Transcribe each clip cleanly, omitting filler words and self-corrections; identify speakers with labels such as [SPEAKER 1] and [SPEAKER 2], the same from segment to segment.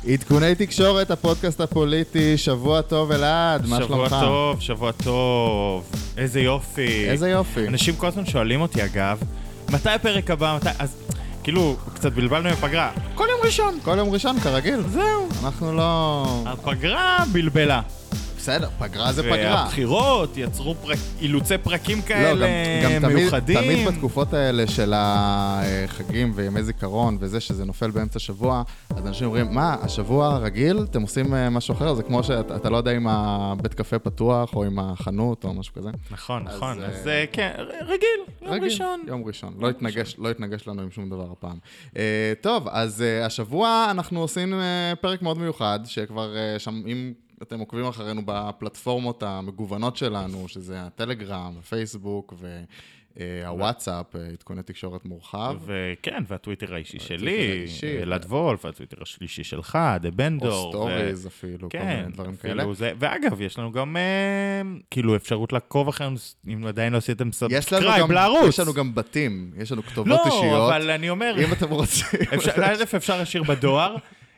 [SPEAKER 1] עדכוני תקשורת, הפודקאסט הפוליטי, שבוע טוב אלעד, מה שלומך?
[SPEAKER 2] שבוע טוב, איזה יופי.
[SPEAKER 1] איזה יופי.
[SPEAKER 2] אנשים כל הזמן שואלים אותי אגב, מתי הפרק הבא, אז כאילו, קצת בלבלנו עם הפגרה. כל יום ראשון.
[SPEAKER 1] כל יום ראשון, כרגיל.
[SPEAKER 2] זהו.
[SPEAKER 1] אנחנו לא...
[SPEAKER 2] הפגרה בלבלה.
[SPEAKER 1] בסדר, פגרה זה פגרה.
[SPEAKER 2] והבחירות יצרו אילוצי פרקים כאלה מיוחדים.
[SPEAKER 1] תמיד בתקופות האלה של החגים וימי זיכרון וזה שזה נופל באמצע שבוע, אז אנשים אומרים, מה, השבוע הרגיל? אתם עושים משהו אחר? זה כמו שאתה לא יודע אם הבית קפה פתוח או אם החנות או משהו כזה.
[SPEAKER 2] נכון. אז כן, רגיל, יום ראשון.
[SPEAKER 1] יום ראשון, לא יתנגש לנו עם שום דבר הפעם. טוב, אז השבוע אנחנו עושים פרק מאוד מיוחד, שכבר שם, אם אתם עוקבים אחרינו בפלטפורמות המגוונות שלנו, שזה הטלגרם, הפייסבוק והוואטסאפ, עדכוני תקשורת מורחב.
[SPEAKER 2] וכן, והטוויטר האישי שלי, אלעד וולף, והטוויטר השלישי שלך, דבנדור.
[SPEAKER 1] או סטוריז אפילו, כל מיני דברים כאלה.
[SPEAKER 2] ואגב, יש לנו גם כאילו אפשרות לעקוב אחרינו, אם עדיין לא עשיתם סאבסקרייב לערוץ.
[SPEAKER 1] יש לנו גם בתים, יש לנו כתובות אישיות.
[SPEAKER 2] לא, אבל אני אומר...
[SPEAKER 1] אם אתם רוצים...
[SPEAKER 2] אפשר להשאיר בדואר.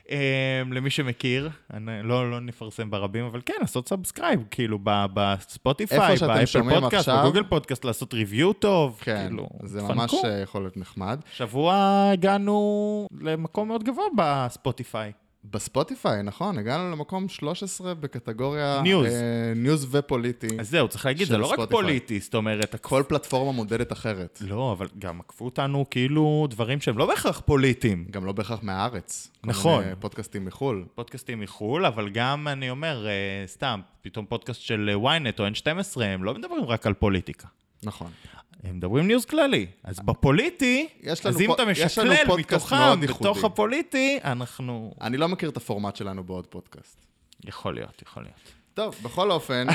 [SPEAKER 2] למי שמכיר, לא נפרסם ברבים, אבל כן, לעשות סאבסקרייב, כאילו בספוטיפיי, באפל פודקאסט, בגוגל פודקאסט, לעשות ריוויו טוב.
[SPEAKER 1] כן, זה ממש יכול להיות נחמד.
[SPEAKER 2] שבוע הגענו למקום מאוד גבוה בספוטיפיי.
[SPEAKER 1] בספוטיפיי, נכון, הגענו למקום 13 בקטגוריה ניוז ופוליטי.
[SPEAKER 2] אז זהו, צריך להגיד, זה לא רק פוליטי, זאת אומרת...
[SPEAKER 1] כל פלטפורמה מודדת אחרת.
[SPEAKER 2] לא, אבל גם עקפו אותנו כאילו דברים שהם לא בהכרח פוליטיים.
[SPEAKER 1] גם לא בהכרח מהארץ.
[SPEAKER 2] נכון.
[SPEAKER 1] פודקאסטים מחול.
[SPEAKER 2] פודקאסטים מחול, אבל גם, אני אומר, סתם, פתאום פודקאסט של ynet או N12, הם לא מדברים רק על פוליטיקה.
[SPEAKER 1] נכון.
[SPEAKER 2] הם מדברים ניוז כללי. אז בפוליטי, אז אם אתה משקלל מתוכם, בתוך הפוליטי, אנחנו...
[SPEAKER 1] אני לא מכיר את הפורמט שלנו בעוד פודקאסט.
[SPEAKER 2] יכול להיות.
[SPEAKER 1] טוב, בכל אופן,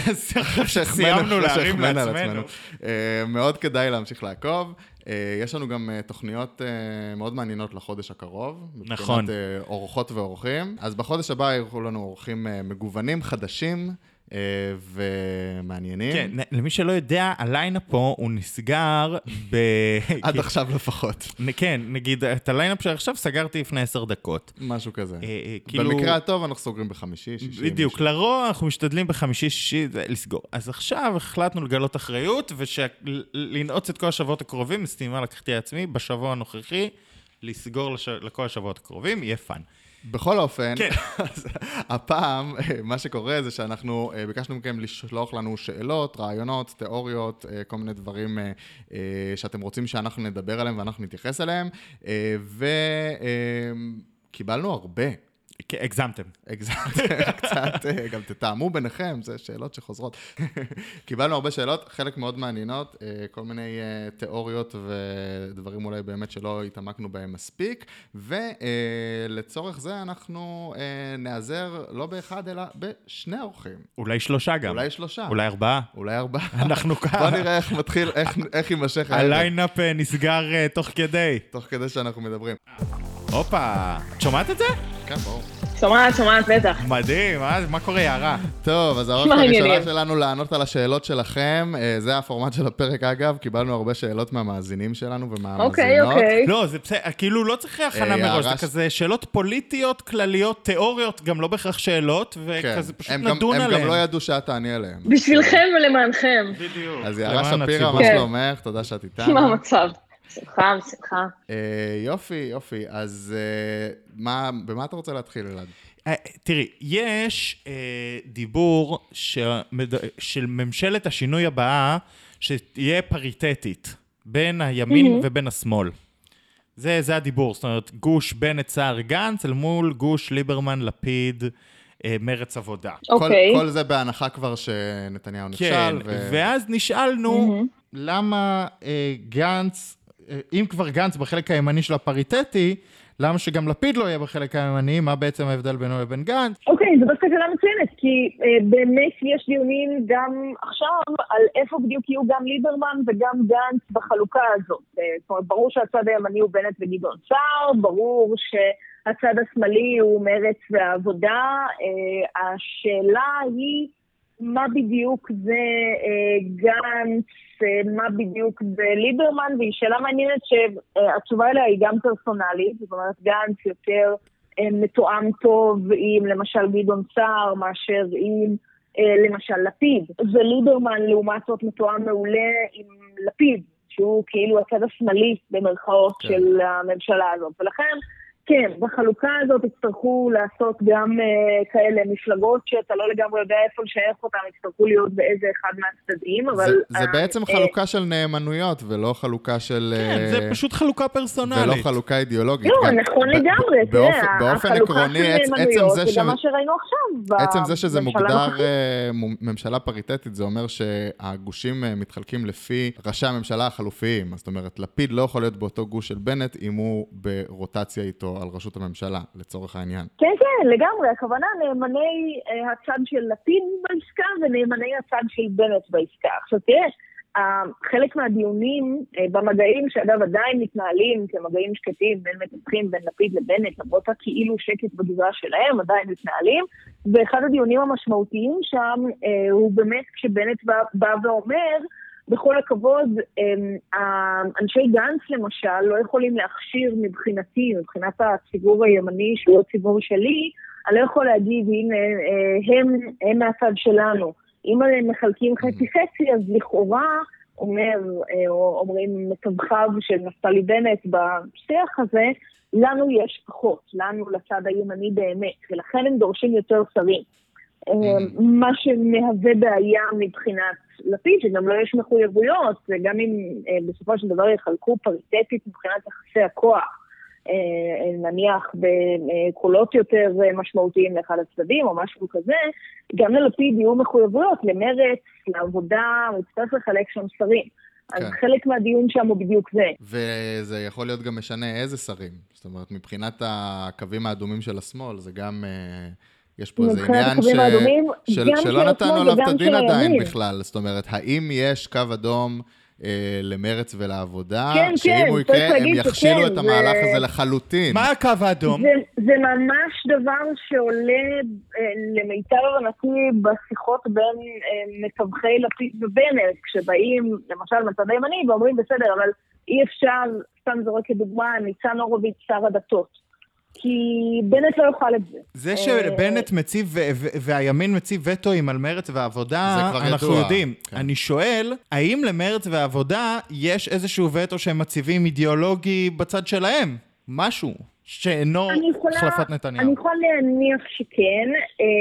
[SPEAKER 2] סיימנו להרים לעצמנו.
[SPEAKER 1] מאוד כדאי להמשיך לעקוב. יש לנו גם תוכניות מאוד מעניינות לחודש הקרוב.
[SPEAKER 2] נכון.
[SPEAKER 1] מבחינת אורחות ואורחים. אז בחודש הבא יראו לנו אורחים מגוונים, חדשים, ומעניינים.
[SPEAKER 2] כן, למי שלא יודע, הליינאפ פה הוא נסגר
[SPEAKER 1] עד עכשיו לפחות.
[SPEAKER 2] כן, נגיד, את הליינאפ שעכשיו סגרתי לפני 10 דקות.
[SPEAKER 1] משהו כזה. במקרה הטוב אנחנו סוגרים בחמישי, שישי.
[SPEAKER 2] בדיוק, לרוב אנחנו משתדלים בחמישי, שישי, לסגור. אז עכשיו החלטנו לגלות אחריות, ולנעוץ את כל השבועות הקרובים, מסתימה לקחתי לעצמי, בשבוע הנוכחי, לסגור לכל השבועות הקרובים, יהיה פן.
[SPEAKER 1] בכל אופן,
[SPEAKER 2] כן.
[SPEAKER 1] הפעם, מה שקורה זה שאנחנו ביקשנו מכם לשלוח לנו שאלות, רעיונות, תיאוריות, כל מיני דברים שאתם רוצים שאנחנו נדבר עליהם ואנחנו נתייחס אליהם, וקיבלנו הרבה.
[SPEAKER 2] הגזמתם.
[SPEAKER 1] קצת, גם תתאמו ביניכם, זה שאלות שחוזרות. קיבלנו הרבה שאלות, חלק מאוד מעניינות, כל מיני תיאוריות ודברים אולי באמת שלא התעמקנו בהם מספיק, ולצורך זה אנחנו נעזר לא באחד אלא בשני אורחים.
[SPEAKER 2] אולי 3 גם.
[SPEAKER 1] אולי 3.
[SPEAKER 2] אולי 4.
[SPEAKER 1] אולי 4.
[SPEAKER 2] אנחנו כאן.
[SPEAKER 1] בוא נראה איך מתחיל, איך יימשך.
[SPEAKER 2] הליינאפ נסגר תוך כדי.
[SPEAKER 1] תוך כדי שאנחנו מדברים.
[SPEAKER 2] הופה, את שומעת את זה?
[SPEAKER 1] כן, ברור.
[SPEAKER 3] שומעת, בטח.
[SPEAKER 2] מדהים, מה קורה יערה?
[SPEAKER 1] טוב, אז האורחת הראשונה שלנו לענות על השאלות שלכם, זה הפורמט של הפרק אגב, קיבלנו הרבה שאלות מהמאזינים שלנו ומהמאזינות.
[SPEAKER 3] אוקיי.
[SPEAKER 2] לא, זה בסדר, כאילו לא צריך הכנה מראש, זה כזה שאלות פוליטיות, כלליות, תיאוריות, גם לא בהכרח שאלות, וכזה פשוט נדון עליהן.
[SPEAKER 1] הם גם לא ידעו שאת תעני עליהם.
[SPEAKER 3] בשבילכם ולמענכם.
[SPEAKER 2] בדיוק.
[SPEAKER 1] אז יערה שפירא, מה שלומך? תודה שאת איתנו.
[SPEAKER 3] מה המצב? שמחה.
[SPEAKER 1] יופי. אז במה אתה רוצה להתחיל, אלעד?
[SPEAKER 2] תראי, יש דיבור של ממשלת השינוי הבאה, שתהיה פריטטית בין הימין ובין השמאל. זה הדיבור, זאת אומרת, גוש בנט סער גנץ, אל מול גוש ליברמן לפיד מרץ עבודה.
[SPEAKER 1] כל זה בהנחה כבר שנתניהו נכשל.
[SPEAKER 2] כן, ואז נשאלנו למה גנץ, אם כבר גנץ בחלק הימני של הפריטטי, למה שגם לפיד לא יהיה בחלק הימני? מה בעצם ההבדל בינו לבין גנץ?
[SPEAKER 3] אוקיי, זו דווקא שאלה מצוינת, כי באמת יש דיונים גם עכשיו על איפה בדיוק יהיו גם ליברמן וגם גנץ בחלוקה הזאת. זאת אומרת, ברור שהצד הימני הוא בנט וגדעון סער, ברור שהצד השמאלי הוא מרץ והעבודה. השאלה היא מה בדיוק זה גנץ, מה בדיוק זה ליברמן, והיא שאלה מעניינת שהתשובה אליה היא גם פרסונלית, זאת אומרת גנץ יותר מתואם טוב עם למשל גדעון סער, מאשר עם למשל לפיד. וליברמן לעומת זאת מתואם מעולה עם לפיד, שהוא כאילו הצד השמאלי במרכאות של הממשלה הזאת. ולכן, כן, בחלוקה הזאת יצטרכו לעשות גם כאלה מפלגות שאתה לא לגמרי יודע איפה לשייך אותם, יצטרכו להיות באיזה אחד מהצדדים, אבל...
[SPEAKER 1] זה בעצם חלוקה של נאמנויות, ולא חלוקה של...
[SPEAKER 2] כן, זה פשוט חלוקה פרסונלית.
[SPEAKER 1] ולא חלוקה אידיאולוגית.
[SPEAKER 3] לא, נכון לגמרי, תראה,
[SPEAKER 1] באופן
[SPEAKER 3] החלוקה
[SPEAKER 1] עקרוני,
[SPEAKER 3] של נאמנויות, זה גם מה שראינו עכשיו.
[SPEAKER 1] עצם זה שזה מוגדר ממשלה פריטטית, זה אומר שהגושים מתחלקים לפי ראשי הממשלה החלופיים. זאת אומרת, לפיד לא יכול להיות באותו גוש של בנט, אם הוא ברוטציה איתו על ראשות הממשלה, לצורך העניין.
[SPEAKER 3] כן, כן, לגמרי. הכוונה נאמני הצד של לפיד בעסקה ונאמני הצד של בנט בעסקה. עכשיו תראה, חלק מהדיונים במגעים שאגב עדיין מתנהלים כמגעים שקטים בין מתווכים בין לפיד לבנט, למרות הכאילו שקט בגזרה שלהם, עדיין מתנהלים, ואחד הדיונים המשמעותיים שם הוא באמת כשבנט בא ואומר, בכל הכבוד, אנשי גנץ למשל לא יכולים להכשיר מבחינתי, מבחינת הציבור הימני שהוא הציבור שלי, אני לא יכול להגיד, הנה, הם מהצד שלנו. אם הם מחלקים חצי-חצי, אז לכאורה אומרים מתווחיו של נפתלי בנט בשיח הזה, לנו יש פחות, לנו לצד הימני באמת, ולכן הם דורשים יותר שרים. מה שמהווה בעיה מבחינת לפיד, שגם לא יש מחויבויות, וגם אם בסופו של דבר יחלקו פריטטית מבחינת יחסי הכוח, נניח בקולות יותר משמעותיים לאחד הצדדים או משהו כזה, גם ללפיד יהיו מחויבויות למרץ, לעבודה, מצטרף לחלק שם שרים. אז חלק מהדיון שם הוא בדיוק זה.
[SPEAKER 1] וזה יכול להיות גם משנה איזה שרים. זאת אומרת, מבחינת הקווים האדומים של השמאל, זה גם... יש פה איזה עניין שלא נתנו עליו את הדין עדיין בכלל. זאת אומרת, האם יש קו אדום למרץ ולעבודה, שאם הוא יקרה, הם יכשילו את המהלך הזה לחלוטין.
[SPEAKER 2] מה הקו האדום?
[SPEAKER 3] זה ממש דבר שעולה למיטב הבנתי בשיחות בין מתווכי לפיד ובנט, כשבאים למשל מצד הימני ואומרים בסדר, אבל אי אפשר, סתם זורק כדוגמה, ניצן הורוביץ שר הדתות. כי בנט לא יוכל את זה.
[SPEAKER 2] זה שבנט מציב והימין מציב וטואים על מרץ ועבודה, אנחנו יודעים. אני שואל, האם למרץ ועבודה יש איזשהו וטו שהם מציבים אידיאולוגי בצד שלהם? משהו שאינו החלפת נתניהו.
[SPEAKER 3] אני יכולה להניח שכן.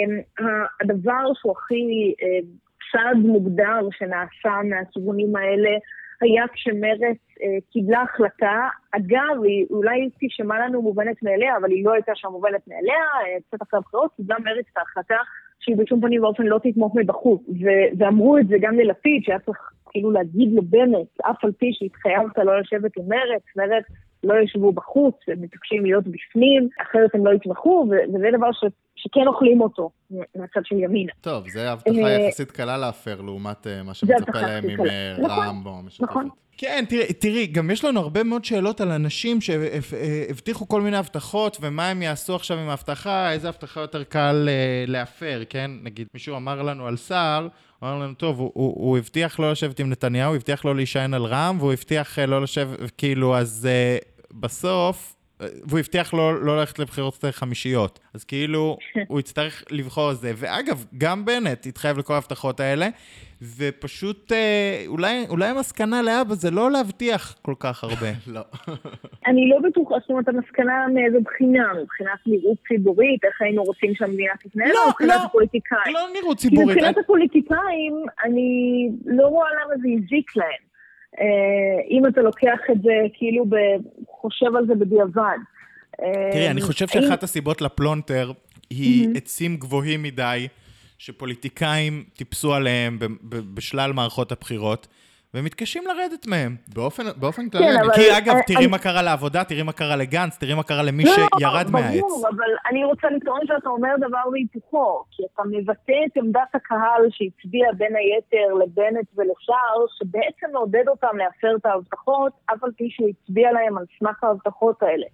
[SPEAKER 3] הדבר שהוא הכי צעד מוגדר שנעשה מהכיוונים האלה, היה כשמרץ קיבלה החלטה, אגב, היא אולי תשמע לנו מובנת מאליה, אבל היא לא הייתה שם מובנת מאליה, קצת אחרי הבחירות, קיבלה מרץ את ההחלטה שהיא בשום פנים ואופן לא תתמוך מבחוץ, ואמרו את זה גם ללפיד, שהיה צריך כאילו להגיד לבנט, אף על פי שהתחייבת לא לשבת עם מרץ לא ישבו בחוץ, הם מתעקשים להיות בפנים, אחרת הם לא יתמכו, וזה דבר שכן אוכלים אותו מהצד של ימינה.
[SPEAKER 1] טוב, זה הבטחה יחסית קלה להפר, לעומת מה שמצפה להם עם רע"מ במשותפת.
[SPEAKER 3] נכון.
[SPEAKER 2] כן, תראי, גם יש לנו הרבה מאוד שאלות על אנשים שהבטיחו כל מיני הבטחות, ומה הם יעשו עכשיו עם ההבטחה, איזה הבטחה יותר קל להפר, כן? נגיד, מישהו אמר לנו על סער, הוא אמר לנו, טוב, הוא הבטיח לא לשבת עם נתניהו, הוא הבטיח לא להישען על רע"מ, והוא הבטיח לא לשבת, כאילו, אז בסוף, והוא הבטיח לא ללכת לבחירות חמישיות. אז כאילו, הוא יצטרך לבחור את זה. ואגב, גם בנט התחייב לכל ההבטחות האלה, ופשוט, אולי המסקנה לאבא זה לא להבטיח כל כך הרבה.
[SPEAKER 1] לא.
[SPEAKER 3] אני לא בטוחה, זאת אומרת, המסקנה מאיזו בחינה, מבחינת נראות ציבורית, איך היינו רוצים שהמדינה תתנהל, או מבחינת הפוליטיקאים.
[SPEAKER 2] לא נראות ציבורית.
[SPEAKER 3] כי מבחינת הפוליטיקאים, אני לא רואה למה זה יזיק להם. אם אתה לוקח את זה, כאילו חושב על זה בדיעבד.
[SPEAKER 2] תראי, אני חושב שאחת הסיבות לפלונטר היא עצים גבוהים מדי, שפוליטיקאים טיפסו עליהם בשלל מערכות הבחירות, ומתקשים לרדת מהם.
[SPEAKER 1] באופן כללי.
[SPEAKER 2] כי אגב, תראי מה קרה לעבודה, תראי מה קרה לגנץ, תראי מה קרה למי שירד מהעץ.
[SPEAKER 3] ברור, אבל אני רוצה לטעון שאתה אומר דבר והיפוכו, כי אתה מבטא את עמדת הקהל שהצביע בין היתר לבנט ולשאר, שבעצם מעודד אותם להפר את ההבטחות, אף על פי שהוא הצביע להם על סמך ההבטחות האלה.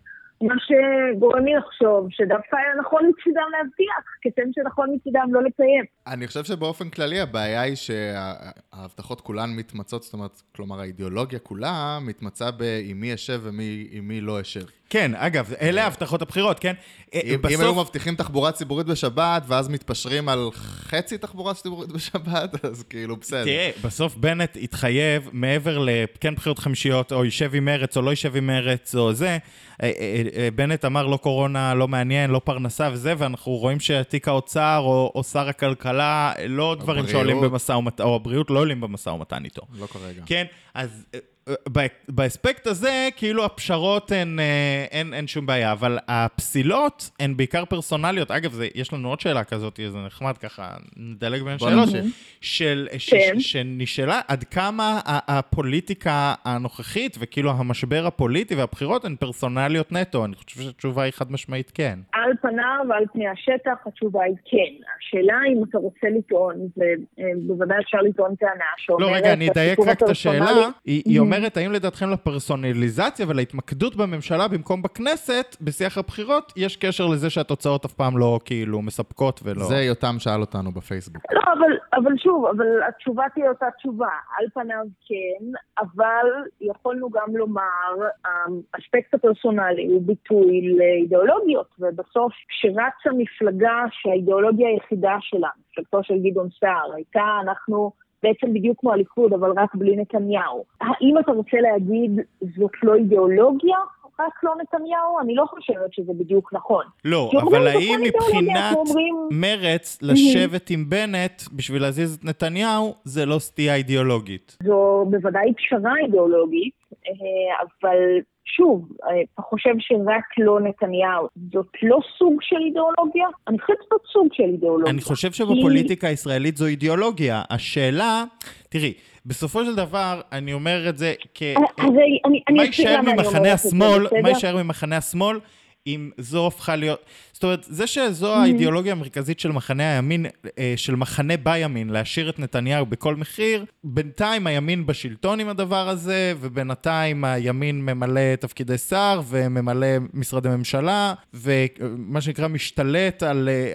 [SPEAKER 3] מה שגורם לי לחשוב שדווקא היה נכון מצידם להבטיח, כשם שנכון מצידם לא לקיים.
[SPEAKER 1] אני חושב שבאופן כללי הבעיה היא שההבטחות כולן מתמצות, זאת אומרת, כלומר האידיאולוגיה כולה מתמצה עם מי ישב ועם מי לא ישב.
[SPEAKER 2] כן, אגב, אלה הבטחות הבחירות, כן?
[SPEAKER 1] אם היו מבטיחים תחבורה ציבורית בשבת, ואז מתפשרים על חצי תחבורה ציבורית בשבת, אז כאילו בסדר.
[SPEAKER 2] תראה, בסוף בנט התחייב, מעבר לכן בחירות חמישיות, או יישב עם מרץ, או לא יישב עם מרץ, או זה, בנט אמר לא קורונה, לא מעניין, לא פרנסה וזה, ואנחנו רואים שתיק האוצר, או שר הכלכלה, לא דברים שעולים במשא ומתן, או הבריאות לא עולים במשא ומתן איתו.
[SPEAKER 1] לא כרגע.
[SPEAKER 2] כן, אז באספקט הזה, כאילו הפשרות אין שום בעיה, אבל הפסילות הן בעיקר פרסונליות. אגב, יש לנו עוד שאלה כזאת, זה נחמד ככה, נדלג בין שאלות, שנשאלה עד כמה הפוליטיקה הנוכחית, וכאילו המשבר הפוליטי והבחירות הן פרסונליות נטו. אני חושב שהתשובה היא חד משמעית כן.
[SPEAKER 3] על פניו ועל פני השטח, התשובה היא כן. השאלה אם אתה רוצה לטעון, ובוודאי אפשר לטעון טענה שאומרת...
[SPEAKER 2] לא, רגע, אני אדייק רק את השאלה. היא אומרת, האם לדעתכם לפרסונליזציה ולהתמקדות בממשלה במקום בכנסת, בשיח הבחירות, יש קשר לזה שהתוצאות אף פעם לא כאילו מספקות ולא...
[SPEAKER 1] זה יותם שאל אותנו בפייסבוק.
[SPEAKER 3] לא, אבל שוב, התשובה תהיה אותה תשובה. על פניו כן, אבל יכולנו גם לומר, האספקט הפרסונלי הוא ביטוי לאידיאולוגיות, ובסוף כשרצה מפלגה שהאידיאולוגיה היחידה שלה, מפלגתו של גדעון סער, הייתה אנחנו בעצם בדיוק כמו הליכוד, אבל רק בלי נתניהו. האם אתה רוצה להגיד זאת לא אידיאולוגיה? רק לא נתניהו? אני לא חושבת שזה בדיוק נכון.
[SPEAKER 2] לא, אבל האם מבחינת מרץ לשבת עם בנט בשביל להזיז את נתניהו, זה לא סטייה אידיאולוגית?
[SPEAKER 3] זו בוודאי פשרה אידיאולוגית, אבל שוב, אתה חושב שרק לא נתניהו, זאת לא סוג של אידיאולוגיה? אני חושבת שזאת סוג של אידיאולוגיה.
[SPEAKER 2] אני חושב שבפוליטיקה הישראלית זו אידיאולוגיה. השאלה, תראי, בסופו של דבר, אני אומר את זה מה יישאר ממחנה השמאל, מה יישאר ממחנה השמאל, אם זו הפכה להיות... זאת אומרת, זה שזו האידיאולוגיה המרכזית של מחנה הימין, של מחנה בימין, להשאיר את נתניהו בכל מחיר, בינתיים הימין בשלטון עם הדבר הזה, ובינתיים הימין ממלא תפקידי שר, וממלא משרדי ממשלה, ומה שנקרא משתלט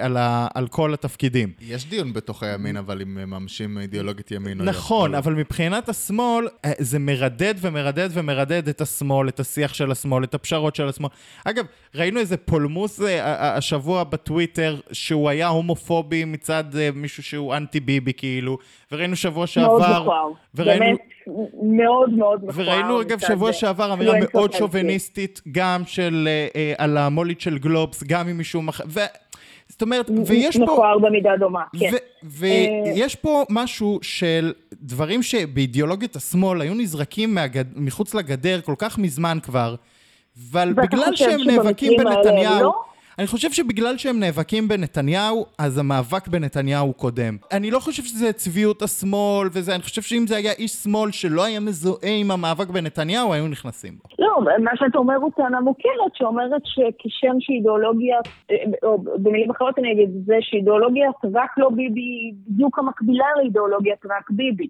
[SPEAKER 2] על כל התפקידים.
[SPEAKER 1] יש דיון בתוך הימין, אבל אם ממשים אידיאולוגית ימין...
[SPEAKER 2] נכון, אבל מבחינת השמאל, זה מרדד ומרדד ומרדד את השמאל, את השיח של השמאל, את הפשרות של השמאל. אגב, ראינו איזה פולמוס השבוע בטוויטר, שהוא היה הומופובי מצד מישהו שהוא אנטי ביבי כאילו, וראינו שבוע שעבר...
[SPEAKER 3] מאוד מכוער, באמת מאוד מאוד מכוער.
[SPEAKER 2] וראינו אגב שבוע שעבר אמירה מאוד שוביניסטית, גם על המולית של גלובס, גם עם מישהו... זאת אומרת, ויש פה...
[SPEAKER 3] מכוער במידה דומה, כן.
[SPEAKER 2] ויש פה משהו של דברים שבאידיאולוגית השמאל היו נזרקים מחוץ לגדר כל כך מזמן כבר, אבל בגלל שהם נאבקים בנתניהו, אני חושב שבגלל שהם נאבקים בנתניהו, אז המאבק בנתניהו קודם. אני לא חושב שזה צביעות השמאל וזה, אני חושב שאם זה היה איש שמאל שלא היה מזוהה עם המאבק בנתניהו, היו נכנסים בו.
[SPEAKER 3] לא, מה שאתה אומר הוא טענה מוכרת, שאומרת שכשם שאידיאולוגיה, או במילים אחרות אני אגיד, זה שאידיאולוגיה רק לא ביבי, בדיוק המקבילה לאידיאולוגיה רק ביבי.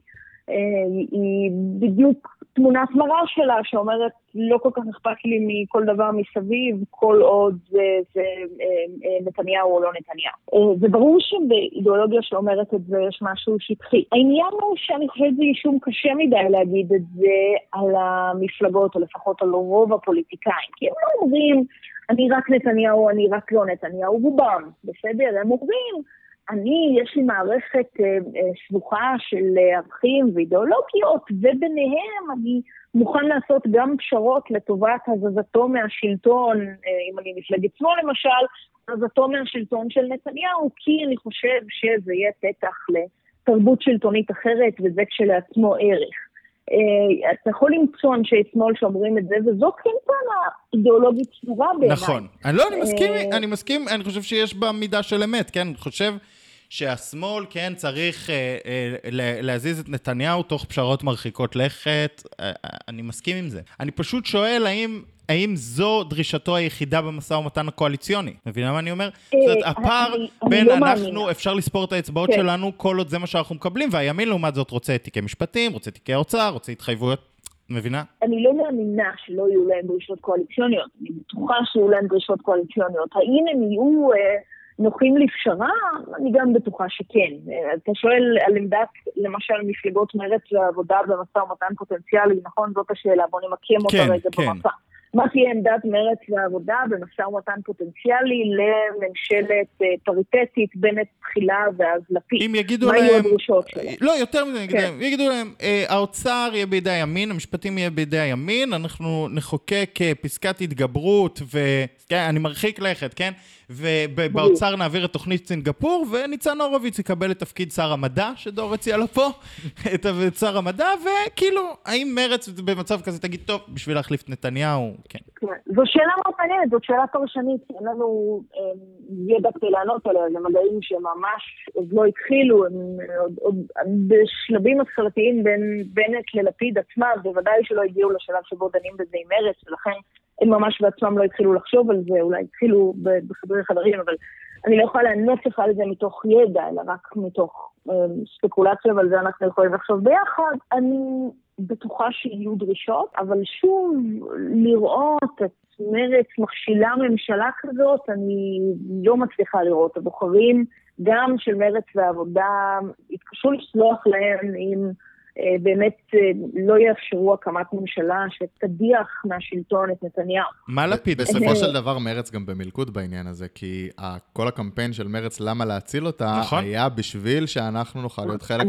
[SPEAKER 3] היא בדיוק תמונת מראה שלה שאומרת לא כל כך אכפת לי מכל דבר מסביב, כל עוד זה נתניהו או לא נתניהו. זה ברור שבאידיאולוגיה שאומרת את זה יש משהו שטחי. העניין הוא שאני חושבת זה אישום קשה מדי להגיד את זה על המפלגות, או לפחות על רוב הפוליטיקאים, כי הם לא אומרים אני רק נתניהו, אני רק לא נתניהו, רובם, בסדר? הם אומרים יש לי מערכת סבוכה של ערכים ואידיאולוגיות, וביניהם אני מוכן לעשות גם פשרות לטובת הזזתו מהשלטון, אם אני מפלגת שמאל למשל, הזזתו מהשלטון של נתניהו, כי אני חושב שזה יהיה פתח לתרבות שלטונית אחרת, וזה כשלעצמו ערך. אתה יכול למצוא אנשי שמאל שאומרים את זה, וזו כן טענה אידיאולוגית סבורה בעיניי.
[SPEAKER 2] נכון. אני מסכים, אני חושב שיש בה מידה של אמת, כן? אני חושב שהשמאל, כן, צריך להזיז את נתניהו תוך פשרות מרחיקות לכת. אני מסכים עם זה. אני פשוט שואל האם זו דרישתו היחידה במשא ומתן הקואליציוני? מבינה מה אני אומר? זאת אומרת, הפער בין אנחנו, אפשר לספור את האצבעות שלנו, כל עוד זה מה שאנחנו מקבלים, והימין לעומת זאת רוצה תיקי משפטים, רוצה תיקי אוצר, רוצה התחייבויות מבינה?
[SPEAKER 3] אני לא מאמינה שלא יהיו להם דרישות קואליציוניות, אני בטוחה שיהיו להם דרישות קואליציוניות. האם הם יהיו נוחים לפשרה? אני גם בטוחה שכן. אתה שואל על עמדת, למשל, מפלגות מרצ והעבודה במשא ומתן פוטנציאלי, נכון? זאת השאלה, בוא נמקם אותה רגע במפה. מה תהיה עמדת מרצ והעבודה במשא ומתן פוטנציאלי לממשלת פריטטית, בנט תחילה ואז לפיד?
[SPEAKER 2] אם יגידו
[SPEAKER 3] מה
[SPEAKER 2] להם...
[SPEAKER 3] יהיו הדרישות שלהם?
[SPEAKER 2] לא, יותר מזה, יגידו להם, האוצר יהיה בידי הימין, המשפטים יהיה בידי הימין, אנחנו נחוקק פסקת התגברות, ואני מרחיק לכת, כן? ובאוצר נעביר את תוכנית סינגפור, וניצן הורוביץ יקבל את תפקיד שר המדע, שדור הציע לו פה, את שר המדע, וכאילו, האם מרצ במצב כזה תגיד, טוב, בשביל להחליף את נתניהו, כן.
[SPEAKER 3] זו שאלה מאוד מעניינת, זו שאלה פרשנית, אין לנו ידע כדי לענות עליה, זה מדעים שממש עוד לא התחילו, הם עוד בשלבים התחלתיים בין בנט ללפיד עצמם, בוודאי שלא הגיעו לשלב שבו דנים בזה עם מרצ, ולכן הם ממש בעצמם לא התחילו לחשוב על זה, אולי התחילו בחדרי חדרים, אבל אני לא יכולה לענות לך על זה מתוך ידע, אלא רק מתוך ספקולציה, ועל זה אנחנו יכולים לחשוב ביחד. אני בטוחה שיהיו דרישות, אבל שוב, לראות את מרצ מכשילה ממשלה כזאת, אני לא מצליחה לראות. הבוחרים גם של מרצ והעבודה התקשו לסלוח להם אם באמת לא יאפשרו הקמת ממשלה שתדיח מהשלטון את נתניהו.
[SPEAKER 2] מה לפיד?
[SPEAKER 1] בסופו של דבר מרץ גם במלכוד בעניין הזה, כי כל הקמפיין של מרץ למה להציל אותה, היה בשביל שאנחנו נוכל להיות חלק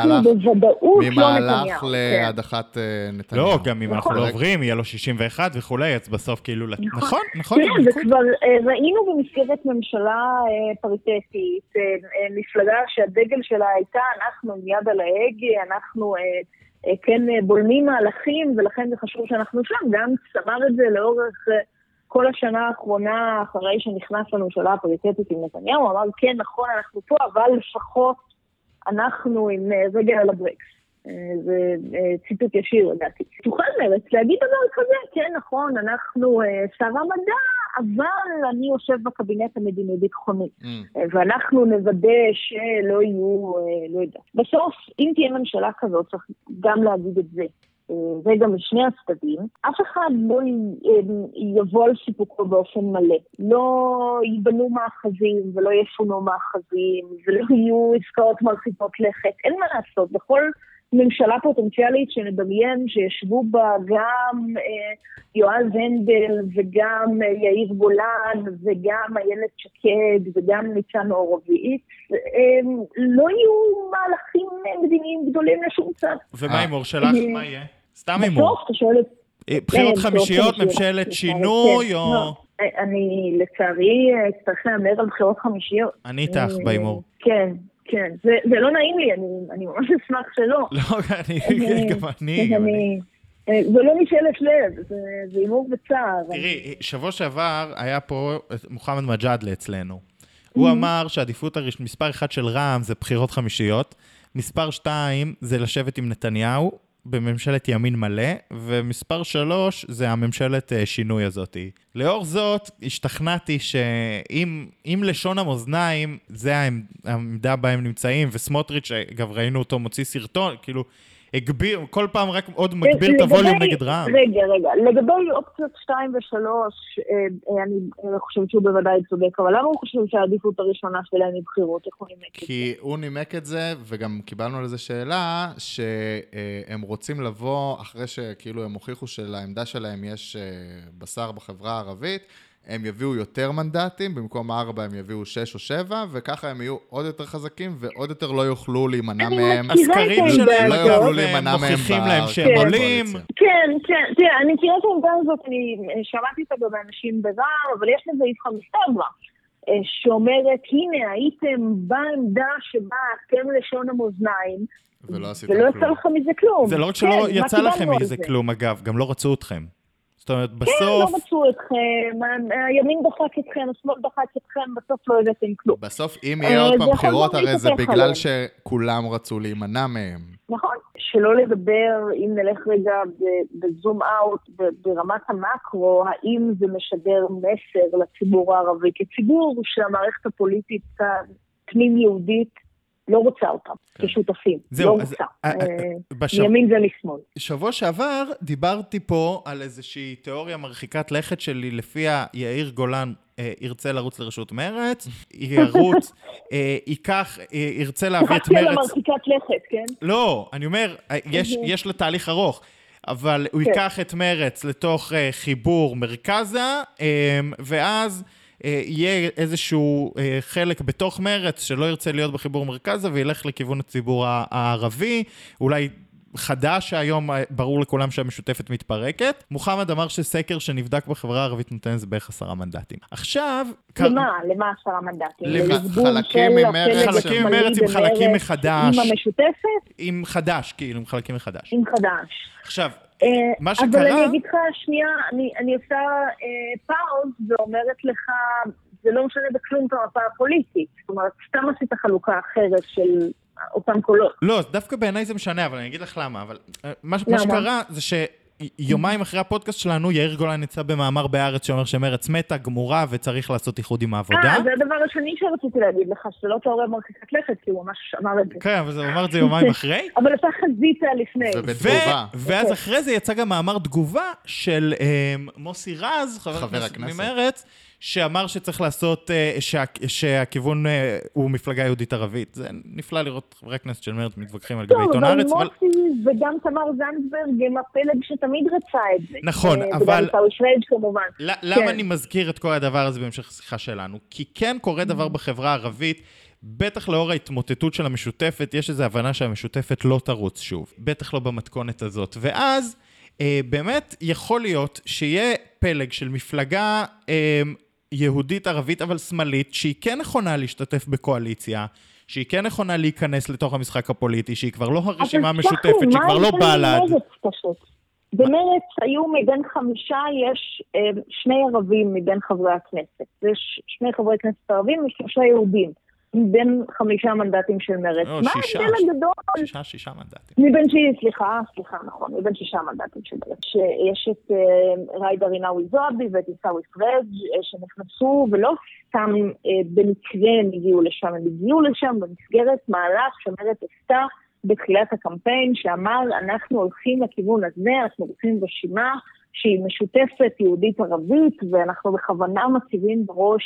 [SPEAKER 1] ממהלך להדחת נתניהו.
[SPEAKER 2] לא, גם אם אנחנו לא עוברים, יהיה לו 61 וכולי, אז בסוף כאילו... נכון, נכון.
[SPEAKER 3] וכבר ראינו במסגרת ממשלה פריטטית, מפלגה שהדגל שלה הייתה, אנחנו עם יד על ההגה, אנחנו כן בולמים מהלכים, ולכן זה חשוב שאנחנו שם. גם סמר את זה לאורך כל השנה האחרונה, אחרי שנכנס לממשלה הפריטטית עם נתניהו, אמר, כן, נכון, אנחנו פה, אבל לפחות אנחנו עם רגל על הברקס. זה ציטוט ישיר, לדעתי. תוכל מרץ להגיד דבר כזה, כן, נכון, אנחנו שר המדע, אבל אני יושב בקבינט המדיני-ביטחוני, ואנחנו נוודא שלא יהיו, לא יודע. בסוף, אם תהיה ממשלה כזאת, צריך גם להגיד את זה, וגם משני הצדדים, אף אחד לא יבוא על סיפוקו באופן מלא. לא ייבנו מאחזים, ולא יפונו מאחזים, ולא יהיו עסקאות מרחיקות לכת. אין מה לעשות, בכל ממשלה פוטנציאלית שנדמיין שישבו בה גם יועז הנדל וגם יאיר גולן וגם איילת שקד וגם ניצן הורוביץ, לא יהיו מהלכים מדיניים גדולים לשום צד.
[SPEAKER 2] ומה הימור שלך? מה יהיה? סתם הימור. בחירות חמישיות, ממשלת שינוי או...
[SPEAKER 3] אני לצערי אצטרך להמר על בחירות חמישיות.
[SPEAKER 2] אני איתך בהימור.
[SPEAKER 3] כן. כן, זה לא נעים לי, אני ממש אשמח שלא.
[SPEAKER 2] לא, גם אני.
[SPEAKER 3] זה לא נשאלת לב, זה הימור בצער.
[SPEAKER 2] תראי, שבוע שעבר היה פה מוחמד מג'אדלה אצלנו. הוא אמר שהעדיפות מספר 1 של רע"מ זה בחירות חמישיות, מספר 2 זה לשבת עם נתניהו בממשלת ימין מלא, ומספר 3 זה הממשלת שינוי הזאת. לאור זאת, השתכנעתי שאם לשון המאזניים, זה העמדה בה הם נמצאים, וסמוטריץ', אגב, ראינו אותו מוציא סרטון, כאילו, כל פעם רק עוד מגביר את הווליום נגד רע"מ.
[SPEAKER 3] רגע, לגבי אופציות 2 ו3, אני חושבת שהוא בוודאי צודק, אבל למה הוא חושב שהעדיפות הראשונה שלהם היא בחירות? איך הוא נימק את זה?
[SPEAKER 1] כי הוא נימק את זה, וגם קיבלנו לזה שאלה, שהם רוצים לבוא, אחרי שכאילו הם הוכיחו שלעמדה שלהם יש בשר בחברה הערבית, הם יביאו יותר מנדטים, במקום 4 הם יביאו 6 או 7, וככה הם יהיו עוד יותר חזקים, ועוד יותר לא יוכלו להימנע מהם.
[SPEAKER 2] הסקרים שלהם
[SPEAKER 1] לא יוכלו להימנע מהם
[SPEAKER 2] מוכיחים להם שהם עולים.
[SPEAKER 3] כן, תראה, אני מכירה את העמדה הזאת, אני שמעתי אותה גם באנשים בזר, אבל יש לזה איפכא מסתברא, שאומרת, הנה, הייתם בעמדה שבה אתם לשון המאזניים, ולא יצא לכם מזה כלום.
[SPEAKER 2] זה לא רק שלא יצא לכם מזה כלום, אגב, גם לא רצו אתכם. זאת אומרת, בסוף...
[SPEAKER 3] כן, לא מצאו אתכם, הימין דחק אתכם, השמאל דחק אתכם, בסוף לא הבאתם כלום.
[SPEAKER 1] בסוף, אם יהיה עוד פעם בחירות, הרי זה בגלל שכולם רצו להימנע מהם.
[SPEAKER 3] נכון, שלא לדבר, אם נלך רגע בזום אאוט, ברמת המקרו, האם זה משדר מסר לציבור הערבי, כציבור שהמערכת הפוליטית הפנים יהודית לא רוצה אותם כשותפים, לא רוצה. מימין ומשמאל.
[SPEAKER 2] שבוע שעבר דיברתי פה על איזושהי תיאוריה מרחיקת לכת שלי, לפיה יאיר גולן ירצה לרוץ לרשות מרץ, ירוץ, ירצה להביא את מרץ...
[SPEAKER 3] לקחתי על המרחיקת לכת, כן?
[SPEAKER 2] לא, אני אומר, יש לה תהליך ארוך, אבל הוא ייקח את מרץ לתוך חיבור מרכזה, ואז יהיה איזשהו חלק בתוך מרץ שלא ירצה להיות בחיבור מרכזה, וילך לכיוון הציבור הערבי, אולי חדש שהיום ברור לכולם שהמשותפת מתפרקת. מוחמד אמר שסקר שנבדק בחברה הערבית נותן איזה בערך 10 מנדטים. עכשיו...
[SPEAKER 3] למה 10 מנדטים?
[SPEAKER 1] חלקים ממרץ.
[SPEAKER 2] חלקים ממרץ עם חלקים מחדש.
[SPEAKER 3] עם המשותפת?
[SPEAKER 2] עם חדש, כאילו, עם חלקים מחדש.
[SPEAKER 3] עם חדש.
[SPEAKER 2] עכשיו, מה שקרה...
[SPEAKER 3] אבל אני אגיד לך, שנייה, אני עושה פאוז ואומרת לך, זה לא משנה בכלום את המפה הפוליטית. זאת אומרת, סתם עשית חלוקה אחרת של... אותם קולות.
[SPEAKER 2] לא, דווקא בעיניי זה משנה, אבל אני אגיד לך למה. אבל מה שקרה זה שיומיים אחרי הפודקאסט שלנו, יאיר גולן יצא במאמר בארץ שאומר שמרץ מתה, גמורה, וצריך לעשות איחוד עם העבודה.
[SPEAKER 3] זה הדבר השני שרציתי להגיד לך, שזה לא תיאוריה מרחיקת לכת, כי הוא ממש אמר את זה.
[SPEAKER 2] כן, אבל הוא אמר את זה יומיים אחרי.
[SPEAKER 3] אבל אתה חזית לפני.
[SPEAKER 2] ואז אחרי זה יצא גם מאמר תגובה של מוסי רז, חבר הכנסת ממרץ, שאמר שצריך לעשות, שהכיוון הוא מפלגה יהודית ערבית. זה נפלא לראות חברי הכנסת של מרץ מתווכחים על גבי עיתון הארץ.
[SPEAKER 3] טוב, אבל מוסי וגם תמר זנדברג הם הפלג שתמיד רצה את זה.
[SPEAKER 2] נכון, אבל...
[SPEAKER 3] כמובן.
[SPEAKER 2] למה אני מזכיר את כל הדבר הזה בהמשך השיחה שלנו? כי כן קורה דבר בחברה הערבית, בטח לאור ההתמוטטות של המשותפת, יש איזו הבנה שהמשותפת לא תרוץ שוב. בטח לא במתכונת הזאת. ואז, באמת יכול להיות שיהיה פלג של מפלגה יהודית ערבית אבל שמאלית, שהיא כן נכונה להשתתף בקואליציה, שהיא כן נכונה להיכנס לתוך המשחק הפוליטי, שהיא כבר לא הרשימה המשותפת, שהיא כבר לא בל"ד.
[SPEAKER 3] במרץ היו מבין 5, יש 2 ערבים מבין חברי הכנסת. יש 2 חברי כנסת ערבים ו3 יהודים. מבין 5 מנדטים של מרץ. מה ההבדל הגדול?
[SPEAKER 2] 6 מנדטים.
[SPEAKER 3] מבין 6 מנדטים של מרץ. שיש את ריידה רינאוי זועבי ואת עיסאווי פריג' שנכנסו, ולא סתם במקרה הם הגיעו לשם, הם הגיעו לשם במסגרת מהלך שמרץ עשתה בתחילת הקמפיין, שאמר אנחנו הולכים לכיוון הזה, אנחנו רוצים רשימה שהיא משותפת יהודית ערבית, ואנחנו בכוונה מציבים בראש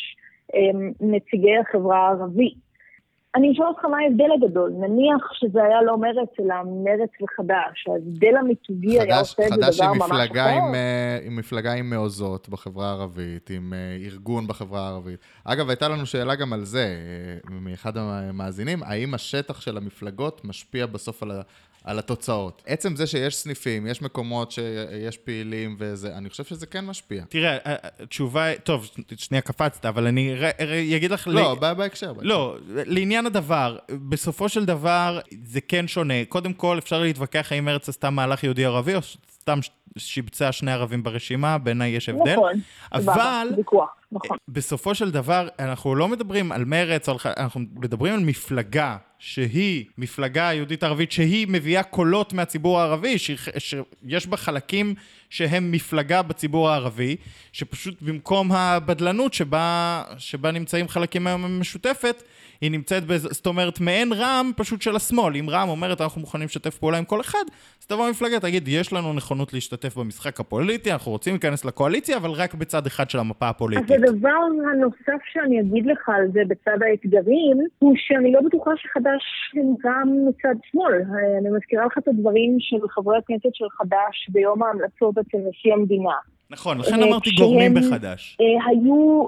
[SPEAKER 3] נציגי החברה הערבית. אני אשאל אותך מה ההבדל הגדול, נניח שזה היה לא מרץ, אלא מרץ וחדש, ההבדל המיתוגי היה עושה את זה דבר ממש אחר.
[SPEAKER 1] חדש עם מפלגה עם מעוזות בחברה הערבית, עם ארגון בחברה הערבית. אגב, הייתה לנו שאלה גם על זה, מאחד המאזינים, האם השטח של המפלגות משפיע בסוף על התוצאות. עצם זה שיש סניפים, יש מקומות שיש פעילים וזה, אני חושב שזה כן משפיע.
[SPEAKER 2] תראה, התשובה, טוב, שנייה קפצת, אבל אני אגיד לך...
[SPEAKER 1] לא, בהקשר.
[SPEAKER 2] לא, לעניין הדבר, בסופו של דבר זה כן שונה. קודם כל אפשר להתווכח האם מרץ עשתה מהלך יהודי ערבי, או סתם שיבצע 2 ערבים ברשימה, בעיניי יש הבדל.
[SPEAKER 3] נכון,
[SPEAKER 2] אבל
[SPEAKER 3] נכון.
[SPEAKER 2] בסופו של דבר, אנחנו לא מדברים על מרץ, אנחנו מדברים על מפלגה, שהיא מפלגה יהודית ערבית, שהיא מביאה קולות מהציבור הערבי, שיש בה חלקים שהם מפלגה בציבור הערבי, שפשוט במקום הבדלנות שבה נמצאים חלקים היום המשותפת, היא נמצאת זאת אומרת, מעין רעם פשוט של השמאל. אם רעם אומרת, אנחנו מוכנים לשתף פעולה עם כל אחד, אז תבוא המפלגה, תגיד, יש לנו נכונות להשתתף במשחק הפוליטי, אנחנו רוצים להיכנס לקואליציה, אבל רק בצד אחד של המפה הפוליטית.
[SPEAKER 3] אז הדבר הנוסף שאני אגיד לך על זה בצד האתגרים, הוא שאני לא בטוחה שחדש גם מצד שמאל. אני מזכירה לך את הדברים של חברי הכנסת של חדש ביום ההמלצות אצל נשיא המדינה.
[SPEAKER 2] נכון, לכן אמרתי גורמים בחדש.
[SPEAKER 3] היו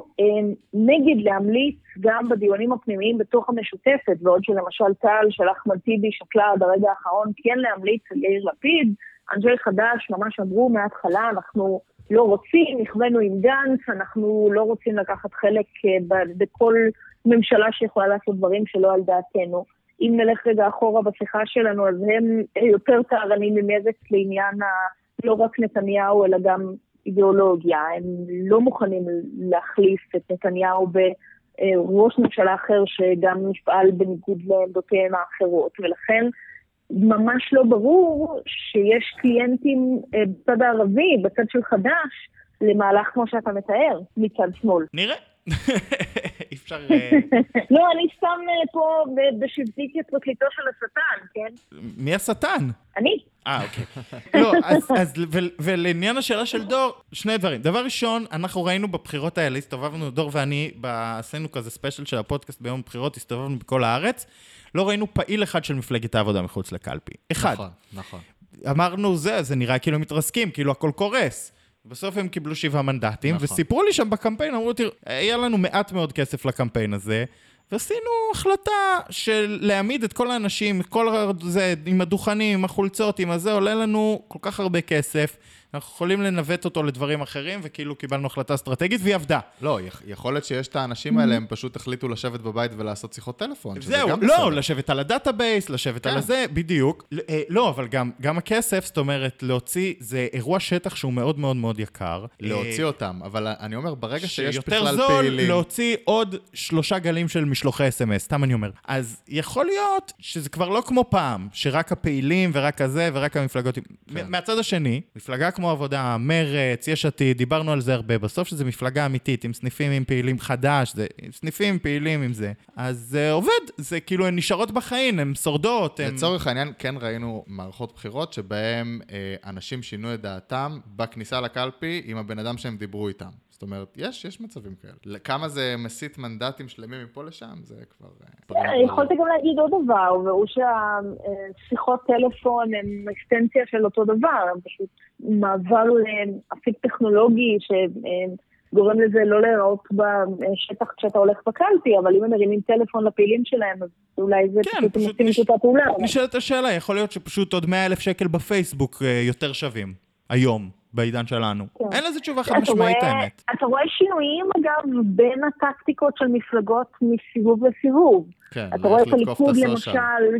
[SPEAKER 3] נגד להמליץ גם בדיונים הפנימיים בתוך המשותפת, ועוד שלמשל טל של אחמד טיבי שקלה עד הרגע האחרון כן להמליץ על יאיר לפיד, אנשי חדש ממש אמרו מההתחלה, אנחנו לא רוצים, נכוונו עם גנץ, אנחנו לא רוצים לקחת חלק בכל ממשלה שיכולה לעשות דברים שלא על דעתנו. אם נלך רגע אחורה בשיחה שלנו, אז הם יותר טהרנים ממרץ לעניין לא רק נתניהו, אלא גם אידיאולוגיה. הם לא מוכנים להחליף את נתניהו בראש ממשלה אחר שגם נפעל בניגוד לעמדותיהם האחרות, ולכן ממש לא ברור שיש קליינטים בצד הערבי, בצד של חדש, למהלך כמו שאתה מתאר, מצד שמאל.
[SPEAKER 2] נראה. אפשר...
[SPEAKER 3] לא, אני סתם פה בשבטי כפרקליטו של השטן, כן?
[SPEAKER 2] מי השטן?
[SPEAKER 3] אני.
[SPEAKER 2] אוקיי. לא, אז ולעניין השאלה של דור, שני דברים. דבר ראשון, אנחנו ראינו בבחירות האלה, הסתובבנו, דור ואני, עשינו כזה ספיישל של הפודקאסט ביום הבחירות, הסתובבנו בכל הארץ, לא ראינו פעיל אחד של מפלגת העבודה מחוץ לקלפי. אחד.
[SPEAKER 1] נכון.
[SPEAKER 2] אמרנו, זה נראה כאילו מתרסקים, כאילו הכל קורס. בסוף הם קיבלו 7 מנדטים, וסיפרו לי שם בקמפיין, אמרו, תראו, היה לנו מעט מאוד כסף לקמפיין הזה, ועשינו החלטה של להעמיד את כל האנשים, כל זה, עם הדוכנים, עם החולצות, עם הזה, עולה לנו כל כך הרבה כסף, אנחנו יכולים לנווט אותו לדברים אחרים, וכאילו קיבלנו החלטה אסטרטגית, והיא עבדה.
[SPEAKER 1] לא, יכול להיות שיש את האנשים האלה, הם פשוט החליטו לשבת בבית ולעשות שיחות טלפון.
[SPEAKER 2] זהו, לא, לשבת על הדאטאבייס, לשבת על הזה, בדיוק. לא, אבל גם הכסף, זאת אומרת, להוציא, זה אירוע שטח שהוא מאוד מאוד מאוד יקר.
[SPEAKER 1] להוציא אותם, אבל אני אומר, ברגע שיש בכלל
[SPEAKER 2] יותר זול, להוציא עוד 3 גלים של משלוחי SMS, סתם אני אומר. אז יכול להיות שזה כבר לא כמו פעם, שרק הפעילים ורק הזה ורק המפלגות. מהצד השני, מפלגה כמו עבודה, מרץ, יש עתיד, דיברנו על זה הרבה, בסוף שזה מפלגה אמיתית, עם סניפים עם פעילים חדש, סניפים פעילים עם זה, אז זה עובד, זה כאילו הן נשארות בחיים, הן שורדות.
[SPEAKER 1] לצורך העניין, כן ראינו מערכות בחירות, שבהם אנשים שינו את דעתם בכניסה לקלפי עם הבן אדם שהם דיברו איתם. זאת אומרת, יש מצבים כאלה. כמה זה מסית מנדטים שלמים מפה לשם, זה כבר...
[SPEAKER 3] יכולתי גם להגיד עוד דבר, והוא שהשיחות טלפון הן אקסטנציה של אותו דבר, הם פשוט מעבר לאפיק טכנולוגי שגורם לזה לא להיראות בשטח כשאתה הולך בקלפי, אבל אם הם מרימים טלפון לפעילים שלהם, אז אולי זה פשוט מוצאים את אותה פעולה.
[SPEAKER 2] נשאלת השאלה, יכול להיות שפשוט עוד 100,000 שקל בפייסבוק יותר שווים, היום. בעידן שלנו. אין לזה תשובה חד משמעית האמת.
[SPEAKER 3] אתה רואה שינויים אגב בין הטקטיקות של מפלגות מסיבוב לסיבוב. אתה רואה את הליכוד למשל,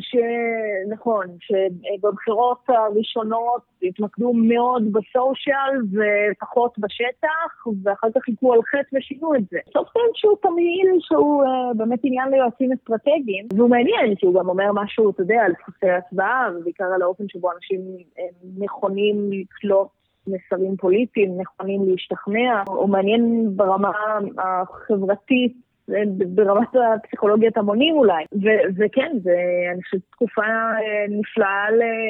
[SPEAKER 3] נכון, שבבחירות הראשונות התמקדו מאוד בסושיאל ופחות בשטח, ואחר כך חיכו על חטא ושינו את זה. סוף שהוא תמהיל שהוא באמת עניין ליועצים אסטרטגיים, והוא מעניין כי הוא גם אומר משהו, אתה יודע, על דפוסי הצבעה, ובעיקר על האופן שבו אנשים נכונים לקלוט מסרים פוליטיים, נכונים להשתכנע, או מעניין ברמה החברתית, ברמת הפסיכולוגיית המונים אולי. וכן, אני חושבת תקופה נפלאה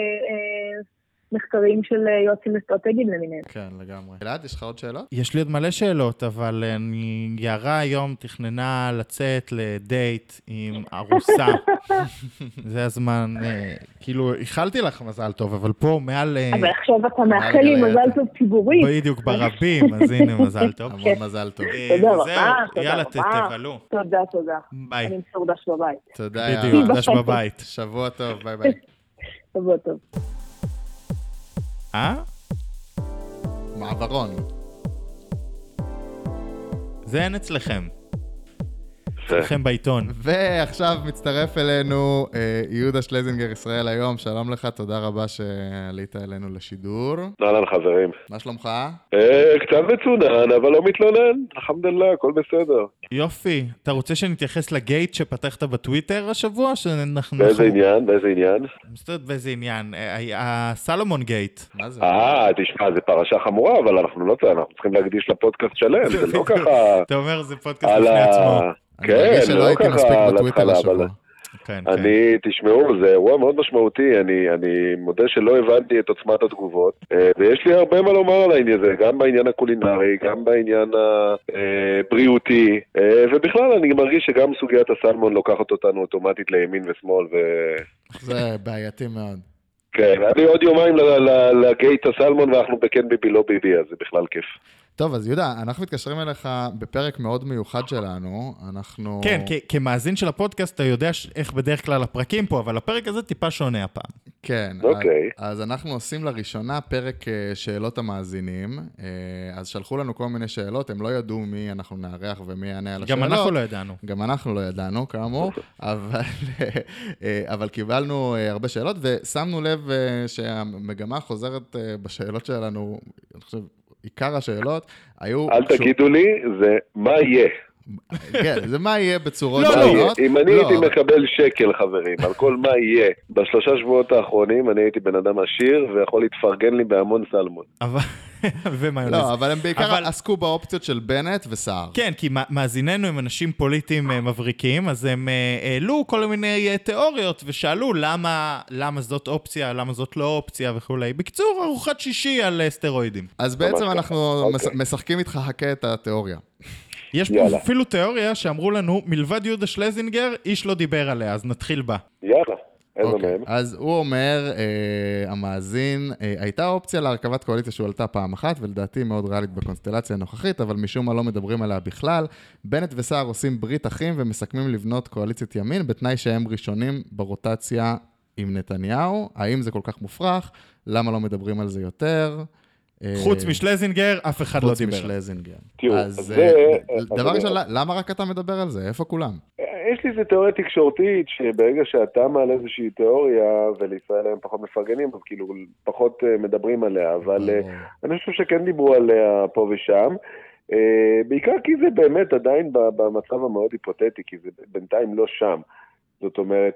[SPEAKER 3] למחקרים של יועצים אסטרטגיים למיניהם.
[SPEAKER 1] כן, לגמרי. אלעד, יש לך עוד שאלות?
[SPEAKER 2] יש לי עוד מלא שאלות, אבל יערה היום תכננה לצאת לדייט עם ארוסה. זה הזמן, כאילו, איחלתי לך מזל טוב, אבל פה מעל...
[SPEAKER 3] אבל עכשיו אתה מאחל לי מזל טוב ציבורי.
[SPEAKER 2] בדיוק, ברבים, אז הנה מזל טוב.
[SPEAKER 1] המון מזל טוב.
[SPEAKER 3] תודה רבה.
[SPEAKER 2] זהו, יאללה, תבלו.
[SPEAKER 3] תודה.
[SPEAKER 2] ביי.
[SPEAKER 3] אני אמסור דש בבית.
[SPEAKER 1] תודה, יאללה.
[SPEAKER 2] בדיוק, דש בבית.
[SPEAKER 1] שבוע טוב, ביי ביי.
[SPEAKER 3] שבוע טוב.
[SPEAKER 1] מעברון.
[SPEAKER 2] זה אין אצלכם. אצלכם בעיתון.
[SPEAKER 1] ועכשיו מצטרף אלינו יהודה שלזינגר ישראל היום. שלום לך, תודה רבה שעלית אלינו לשידור.
[SPEAKER 4] אהלן חברים.
[SPEAKER 1] מה שלומך?
[SPEAKER 4] קצת מצונן, אבל לא מתלונן. אלחמדוללה, הכל בסדר.
[SPEAKER 2] יופי. אתה רוצה שנתייחס לגייט שפתחת בטוויטר השבוע?
[SPEAKER 4] באיזה עניין?
[SPEAKER 2] באיזה עניין? הסלומון גייט.
[SPEAKER 1] מה זה?
[SPEAKER 4] תשמע, זה פרשה חמורה, אבל אנחנו צריכים להקדיש לפודקאסט שלם, זה לא ככה...
[SPEAKER 2] אתה אומר, זה פודקאסט בפני עצמו.
[SPEAKER 1] כן, לא הייתי מספיק בטוויטר השבוע.
[SPEAKER 4] תשמעו, זה אירוע מאוד משמעותי, אני מודה שלא הבנתי את עוצמת התגובות, ויש לי הרבה מה לומר על העניין הזה, גם בעניין הקולינרי, גם בעניין הבריאותי, ובכלל אני מרגיש שגם סוגיית הסלמון לוקחת אותנו אוטומטית לימין ושמאל.
[SPEAKER 1] זה בעייתי מאוד.
[SPEAKER 4] כן, אני עוד יומיים לגייט הסלמון, ואנחנו בכן ביבי לא ביבי, אז זה בכלל כיף.
[SPEAKER 1] טוב, אז יהודה, אנחנו מתקשרים אליך בפרק מאוד מיוחד שלנו, אנחנו...
[SPEAKER 2] כן, כמאזין של הפודקאסט אתה יודע איך בדרך כלל הפרקים פה, אבל הפרק הזה טיפה שונה הפעם.
[SPEAKER 1] כן, אז אנחנו עושים לראשונה פרק שאלות המאזינים, אז שלחו לנו כל מיני שאלות, הם לא ידעו מי אנחנו נארח ומי יענה על השאלות.
[SPEAKER 2] גם אנחנו לא ידענו.
[SPEAKER 1] גם אנחנו לא ידענו, כאמור, אבל קיבלנו הרבה שאלות, ושמנו לב שהמגמה חוזרת בשאלות שלנו, אני חושב, עיקר השאלות היו...
[SPEAKER 4] אל תגידו לי, זה מה יהיה.
[SPEAKER 1] כן, זה מה יהיה בצורות
[SPEAKER 2] לא,
[SPEAKER 1] שונות.
[SPEAKER 4] אם אני הייתי מקבל שקל, חברים, על כל מה יהיה, בשלושה שבועות האחרונים, אני הייתי בן אדם עשיר, ויכול להתפרגן לי בהמון סלמון.
[SPEAKER 2] ומיונז.
[SPEAKER 1] לא, אבל הם בעיקר עסקו באופציות של בנט וסער.
[SPEAKER 2] כן, כי מאזיננו הם אנשים פוליטיים מבריקים, אז הם העלו כל מיני תיאוריות, ושאלו למה זאת אופציה, למה זאת לא אופציה וכולי. בקצור, ארוחת שישי על סטרואידים.
[SPEAKER 1] אז בעצם אנחנו משחקים איתך חכה את התיאוריה.
[SPEAKER 2] יש פה אפילו תיאוריה שאמרו לנו, מלבד יהודה שלזינגר, איש לא דיבר עליה, אז נתחיל בה.
[SPEAKER 4] יאללה.
[SPEAKER 1] אז הוא אומר, המאזין, הייתה אופציה להרכבת קואליציה שהועלתה פעם אחת, ולדעתי מאוד ריאלית בקונסטלציה הנוכחית, אבל משום מה לא מדברים עליה בכלל. בנט וסער עושים ברית אחים ומסכמים לבנות קואליציית ימין, בתנאי שהם ראשונים ברוטציה עם נתניהו. האם זה כל כך מופרך? למה לא מדברים על זה יותר?
[SPEAKER 2] חוץ משלזינגר, אף אחד לא דיבר.
[SPEAKER 1] חוץ משלזינגר.
[SPEAKER 4] אז
[SPEAKER 1] דבר ראשון, למה רק אתה מדבר על זה? איפה כולם?
[SPEAKER 4] יש לי איזו תיאוריה תקשורתית, שברגע שאתה מעלה איזושהי תיאוריה, ולישראל הם פחות מפרגנים, אז כאילו פחות מדברים עליה, אבל אני חושב שכן דיברו עליה פה ושם, בעיקר כי זה באמת עדיין במצב המאוד היפותטי, כי זה בינתיים לא שם. זאת אומרת,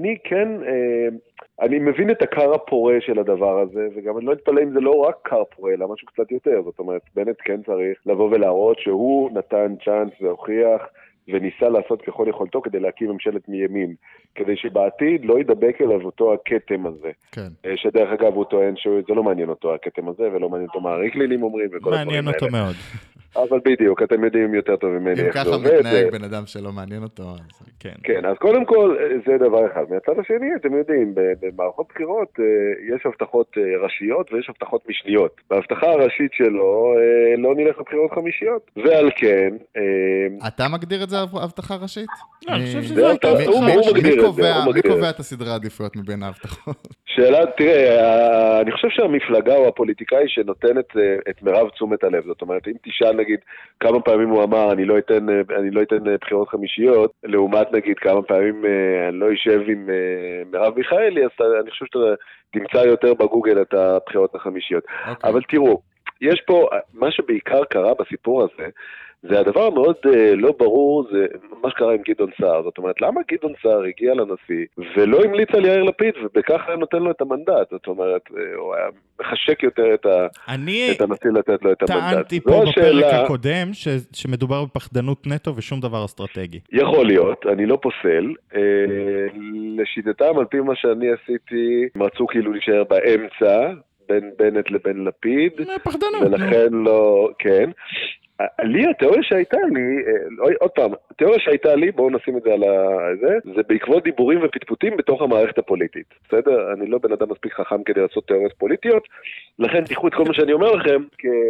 [SPEAKER 4] אני מבין את הקר הפורה של הדבר הזה, וגם אני לא אתפלא אם זה לא רק קר פורה, אלא משהו קצת יותר. זאת אומרת, בנט כן צריך לבוא ולהראות שהוא נתן צ'אנס והוכיח, וניסה לעשות ככל יכולתו כדי להקים ממשלת מימין, כדי שבעתיד לא ידבק אליו אותו הכתם הזה.
[SPEAKER 1] כן.
[SPEAKER 4] שדרך אגב הוא טוען שזה לא מעניין אותו הכתם הזה, ולא מעניין אותו מה הריקלינים אומרים וכל הדברים האלה.
[SPEAKER 2] מעניין אותו מאוד.
[SPEAKER 4] אבל בדיוק, אתם יודעים יותר טוב ממני איך זה עובד.
[SPEAKER 1] אם ככה מתנהג בן אדם שלא מעניין אותו.
[SPEAKER 4] כן, אז קודם כל זה דבר אחד. מהצד השני, אתם יודעים, במערכות בחירות יש הבטחות ראשיות ויש הבטחות משניות. בהבטחה הראשית שלו לא נלך לבחירות חמישיות. ועל כן...
[SPEAKER 1] אתה מגדיר את זה הבטחה ראשית?
[SPEAKER 2] לא, אני חושב שזה הייתה...
[SPEAKER 1] מי קובע את הסדרי העדיפויות מבין ההבטחות?
[SPEAKER 4] שאלה, תראה, אני חושב שהמפלגה או הפוליטיקאי שנותנת את מרב תשומת הלב, זאת אומרת, אם תשאל נגיד כמה פעמים הוא אמר אני לא אתן בחירות חמישיות, לעומת נגיד כמה פעמים אני לא יישב עם מרב מיכאלי, אז אני חושב שאתה תמצא יותר בגוגל את הבחירות החמישיות. אבל תראו, יש פה, מה שבעיקר קרה בסיפור הזה, זה הדבר המאוד לא ברור, זה מה שקרה עם גדעון סער. זאת אומרת, למה גדעון סער הגיע לנשיא ולא המליץ על יאיר לפיד, ובכך היה נותן לו את המנדט? זאת אומרת, הוא היה מחשק יותר את הנשיא לתת לו את המנדט.
[SPEAKER 2] טענתי פה בפרק הקודם שמדובר בפחדנות נטו ושום דבר אסטרטגי.
[SPEAKER 4] יכול להיות, אני לא פוסל. לשיטתם, על פי מה שאני עשיתי, מצאו כאילו להישאר באמצע, בין בנט לבין לפיד.
[SPEAKER 2] פחדנות.
[SPEAKER 4] ולכן לא, כן. לי, התיאוריה שהייתה לי, עוד פעם, התיאוריה שהייתה לי, בואו נשים את זה על זה, זה בעקבות דיבורים ופטפוטים בתוך המערכת הפוליטית. בסדר? אני לא בן אדם מספיק חכם כדי לעשות תיאוריות פוליטיות, לכן תיקחו את כל מה שאני אומר לכם,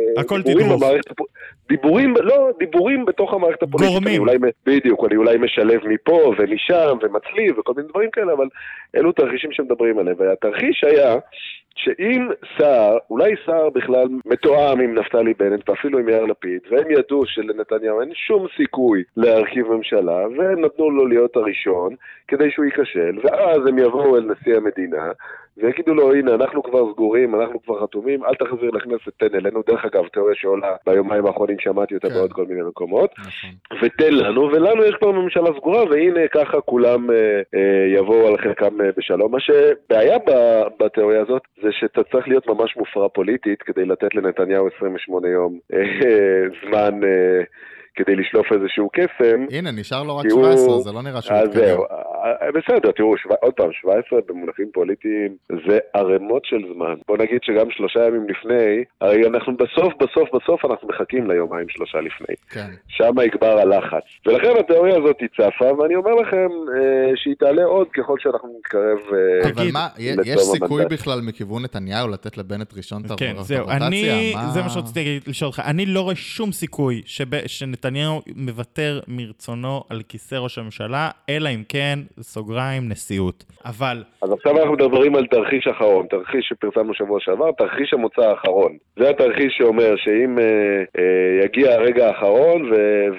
[SPEAKER 4] דיבורים בתוך המערכת הפוליטית.
[SPEAKER 2] גורמים.
[SPEAKER 4] בדיוק, אני אולי משלב מפה ומשם ומצליב וכל מיני דברים כאלה, אבל אלו תרחישים שמדברים עליהם, והתרחיש היה שאם סער, אולי סער בכלל מתואם עם נפתלי בנט ואפילו עם יאיר לפיד, והם ידעו שלנתניהו אין שום סיכוי להרכיב ממשלה, והם נתנו לו להיות הראשון כדי שהוא ייכשל, ואז הם יבואו אל נשיא המדינה ויגידו לו, הנה, אנחנו כבר סגורים, אנחנו כבר חתומים, אל תחזיר לכנסת, תן אלינו. דרך אגב, תיאוריה שעולה ביומיים האחרונים, שמעתי אותה בעוד כל מיני מקומות, ותן לנו, ולנו יש כבר ממשלה סגורה, והנה ככה כולם יבואו על חלקם בשלום. מה שבעיה בתיאוריה הזאת, זה שאתה צריך להיות ממש מופרע פוליטית, כדי לתת לנתניהו 28 יום זמן כדי לשלוף איזשהו קסם.
[SPEAKER 1] הנה, נשאר לו רק 17, זה לא נראה שהוא יתקדם.
[SPEAKER 4] זהו, בסדר, תראו, עוד פעם, 17 במונחים פוליטיים זה ערימות של זמן. בוא נגיד שגם 3 ימים לפני, הרי אנחנו בסוף אנחנו מחכים ליומיים 3 לפני.
[SPEAKER 1] כן.
[SPEAKER 4] שם יגבר הלחץ. ולכן התיאוריה הזאת היא צפה, ואני אומר לכם שהיא תעלה עוד ככל שאנחנו נתקרב.
[SPEAKER 1] אבל מה, יש סיכוי בכלל מכיוון נתניהו לתת לבנט ראשון את הרוטציה?
[SPEAKER 2] זה מה שרציתי לשאול אותך. אני לא רואה שום סיכוי נתניהו מוותר מרצונו על כיסא ראש הממשלה, אלא אם כן, סוגריים, נשיאות. אבל...
[SPEAKER 4] אז עכשיו אנחנו מדברים על תרחיש אחרון, תרחיש שפרסמנו שבוע שעבר, תרחיש המוצא האחרון. זה התרחיש שאומר שאם יגיע הרגע האחרון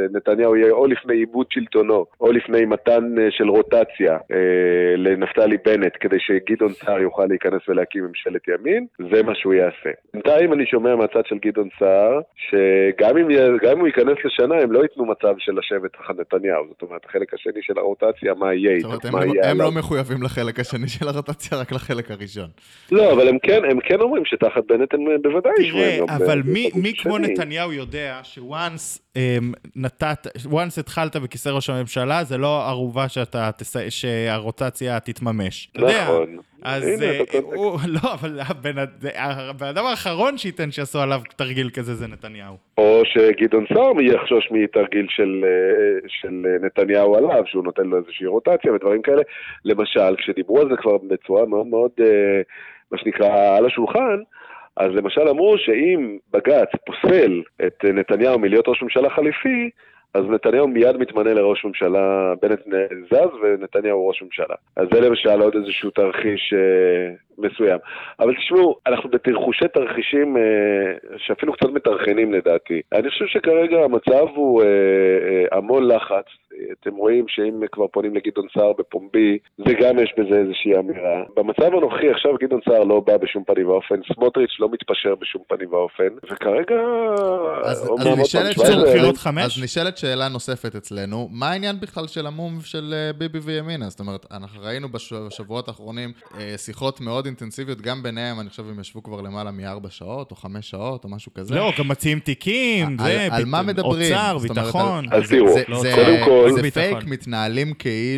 [SPEAKER 4] שנתניהו יהיה או לפני איבוד שלטונו, או לפני מתן של רוטציה לנפתלי בנט, כדי שגדעון סער יוכל להיכנס ולהקים ממשלת ימין, זה מה שהוא יעשה. בינתיים אני שומע מהצד של גדעון סער, שגם אם הוא ייכנס לשנה, הם לא ייתנו מצב של לשבת תחת נתניהו. זאת אומרת, החלק השני של הרוטציה, מה יהיה איתו?
[SPEAKER 1] הם לא מחויבים לחלק השני של הרוטציה, רק לחלק הראשון.
[SPEAKER 4] לא, אבל הם כן אומרים שתחת בנט הם בוודאי
[SPEAKER 2] תראה, אבל מי כמו נתניהו יודע שוואנס התחלת בכיסא ראש הממשלה, זה לא ערובה שהרוטציה תתממש.
[SPEAKER 4] נכון.
[SPEAKER 2] אז לא, אבל האדם האחרון שייתן שעשו עליו תרגיל כזה זה נתניהו.
[SPEAKER 4] או שגדעון סער יחשוש מתרגיל של נתניהו עליו, שהוא נותן לו איזושהי רוטציה ודברים כאלה. למשל, כשדיברו על זה כבר בצורה מאוד מאוד, מה שנקרא, על השולחן, אז למשל אמרו שאם בג"ץ פוסל את נתניהו מלהיות ראש ממשלה חליפי, אז נתניהו מיד מתמנה לראש ממשלה, בנט זז ונתניהו ראש ממשלה. אז זה למשל עוד איזשהו תרחיש מסוים. אבל תשמעו, אנחנו בתרחושי תרחישים שאפילו קצת מתרחנים לדעתי. אני חושב שכרגע המצב הוא המון לחץ. אתם רואים שאם כבר פונים לגדעון סער בפומבי, זה גם יש בזה איזושהי אמירה. במצב הנוכחי עכשיו גדעון סער לא בא בשום פנים ואופן, סמוטריץ' לא מתפשר בשום פנים ואופן, וכרגע...
[SPEAKER 1] אז נשאלת שאלה נוספת אצלנו, מה העניין בכלל של המום של ביבי וימינה? זאת אומרת, אנחנו ראינו בשבועות האחרונים שיחות מאוד אינטנסיביות, גם ביניהם, אני חושב, הם ישבו כבר למעלה מ4 שעות או 5 שעות או משהו כזה.
[SPEAKER 2] לא, גם מציעים תיקים,
[SPEAKER 1] על מה מדברים?
[SPEAKER 2] אוצר, ביטחון.
[SPEAKER 4] אז תראו, קודם כל...
[SPEAKER 1] זה פייק, מתנהלים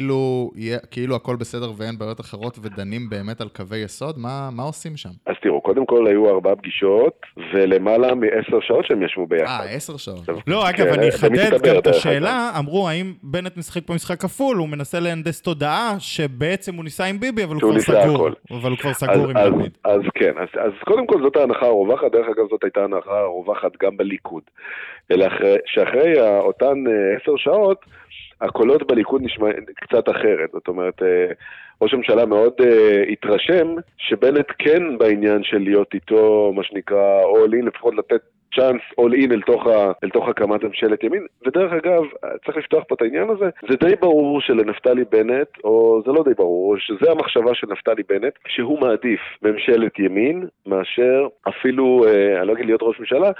[SPEAKER 1] כאילו הכל בסדר ואין בעיות אחרות ודנים באמת על קווי יסוד, מה עושים שם?
[SPEAKER 4] אז תראו, קודם כל היו 4 פגישות ולמעלה מ10 שעות שהם ישבו ביחד.
[SPEAKER 1] 10 שעות.
[SPEAKER 2] לא, אגב, אני אחדד גם את השאלה, אמרו, האם בנט משחק פה משחק כפול, הוא מנסה להנדס תודעה שבעצם הוא ניסה עם ביבי, אבל הוא כבר סגור עם ביבי.
[SPEAKER 4] אז כן, אז קודם כל זאת ההנחה הרווחת, דרך אגב זאת הייתה ההנחה הרווחת גם בליכוד. אלא שאחרי אותן 10 שעות, הקולות בליכוד נשמע קצת אחרת. זאת אומרת, ראש הממשלה מאוד התרשם שבנט כן בעניין של להיות איתו, מה שנקרא, all in, לפחות לתת צ'אנס all in אל תוך הקמת ממשלת ימין. ודרך אגב, צריך לפתוח פה את העניין הזה, זה די ברור שלנפתלי בנט, או זה לא די ברור, שזה המחשבה של נפתלי בנט, שהוא מעדיף ממשלת ימין, מאשר אפילו, אני לא אגיד להיות ראש ממשלה,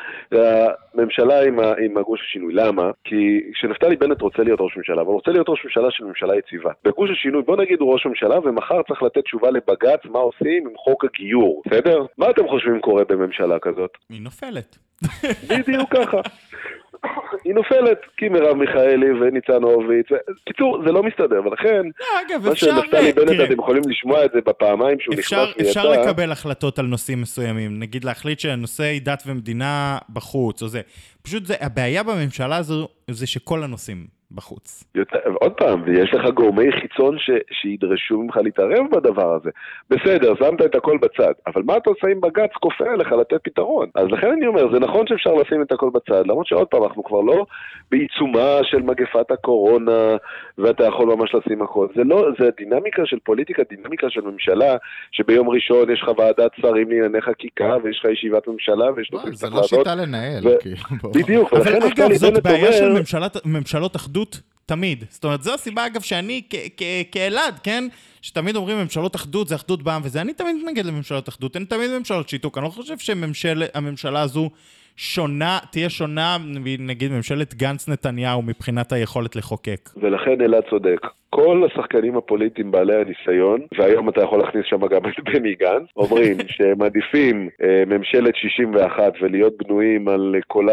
[SPEAKER 4] הממשלה עם הגוש השינוי. למה? כי כשנפתלי בנט רוצה להיות ראש ממשלה, אבל רוצה להיות ראש ממשלה של ממשלה יציבה. בגוש השינוי, בוא נגיד הוא ראש ממשלה, ומחר צריך לתת תשובה לבג"ץ מה עושים עם חוק הגיור. בסדר? מה אתם חושבים קורה בממשלה כזאת?
[SPEAKER 2] היא נופלת.
[SPEAKER 4] בדיוק ככה. היא נופלת, כי מרב מיכאלי וניצן הורוביץ, קיצור, זה לא מסתדר, ולכן, מה שנפתלי בנט, אתם יכולים לשמוע את זה בפעמיים שהוא נכנס ליצא.
[SPEAKER 2] אפשר לקבל החלטות על נושאים מסוימים, נגיד להחליט שהנושאי דת ומדינה בחוץ, או זה. פשוט הבעיה בממשלה הזו, זה שכל הנושאים בחוץ.
[SPEAKER 4] עוד פעם, ויש לך גורמי חיצון שידרשו ממך להתערב בדבר הזה. בסדר, שמת את הכל בצד, אבל מה אתה עושה עם בג"ץ כופה עליך לתת פתרון? אז לכן אני אומר, זה נכון שאפשר לשים את הכל בצד, למרות שעוד פעם, אנחנו כבר לא בעיצומה של מגפת הקורונה, ואתה יכול ממש לשים הכל. זה דינמיקה של פוליטיקה, דינמיקה של ממשלה, שביום ראשון יש לך ועדת שרים לענייני חקיקה, ויש לך ישיבת ממשלה, ויש לך...
[SPEAKER 1] זה לא שיטה לנהל.
[SPEAKER 4] בדיוק.
[SPEAKER 2] אבל אגב, זאת בעיה של ממשלות אחדות תמיד. זאת אומרת, זו הסיבה אגב שאני כאלעד, כן? שתמיד אומרים ממשלות אחדות, זה אחדות בעם, וזה אני תמיד מתנגד לממשלות אחדות, אין תמיד ממשלות שיתוק. אני לא חושב שהממשלה הזו תהיה שונה, נגיד ממשלת גנץ נתניהו מבחינת היכולת לחוקק.
[SPEAKER 4] ולכן אלעד צודק. כל השחקנים הפוליטיים בעלי הניסיון, והיום אתה יכול להכניס שם גם את בני גנץ, אומרים שהם עדיפים ממשלת 61 ולהיות בנויים על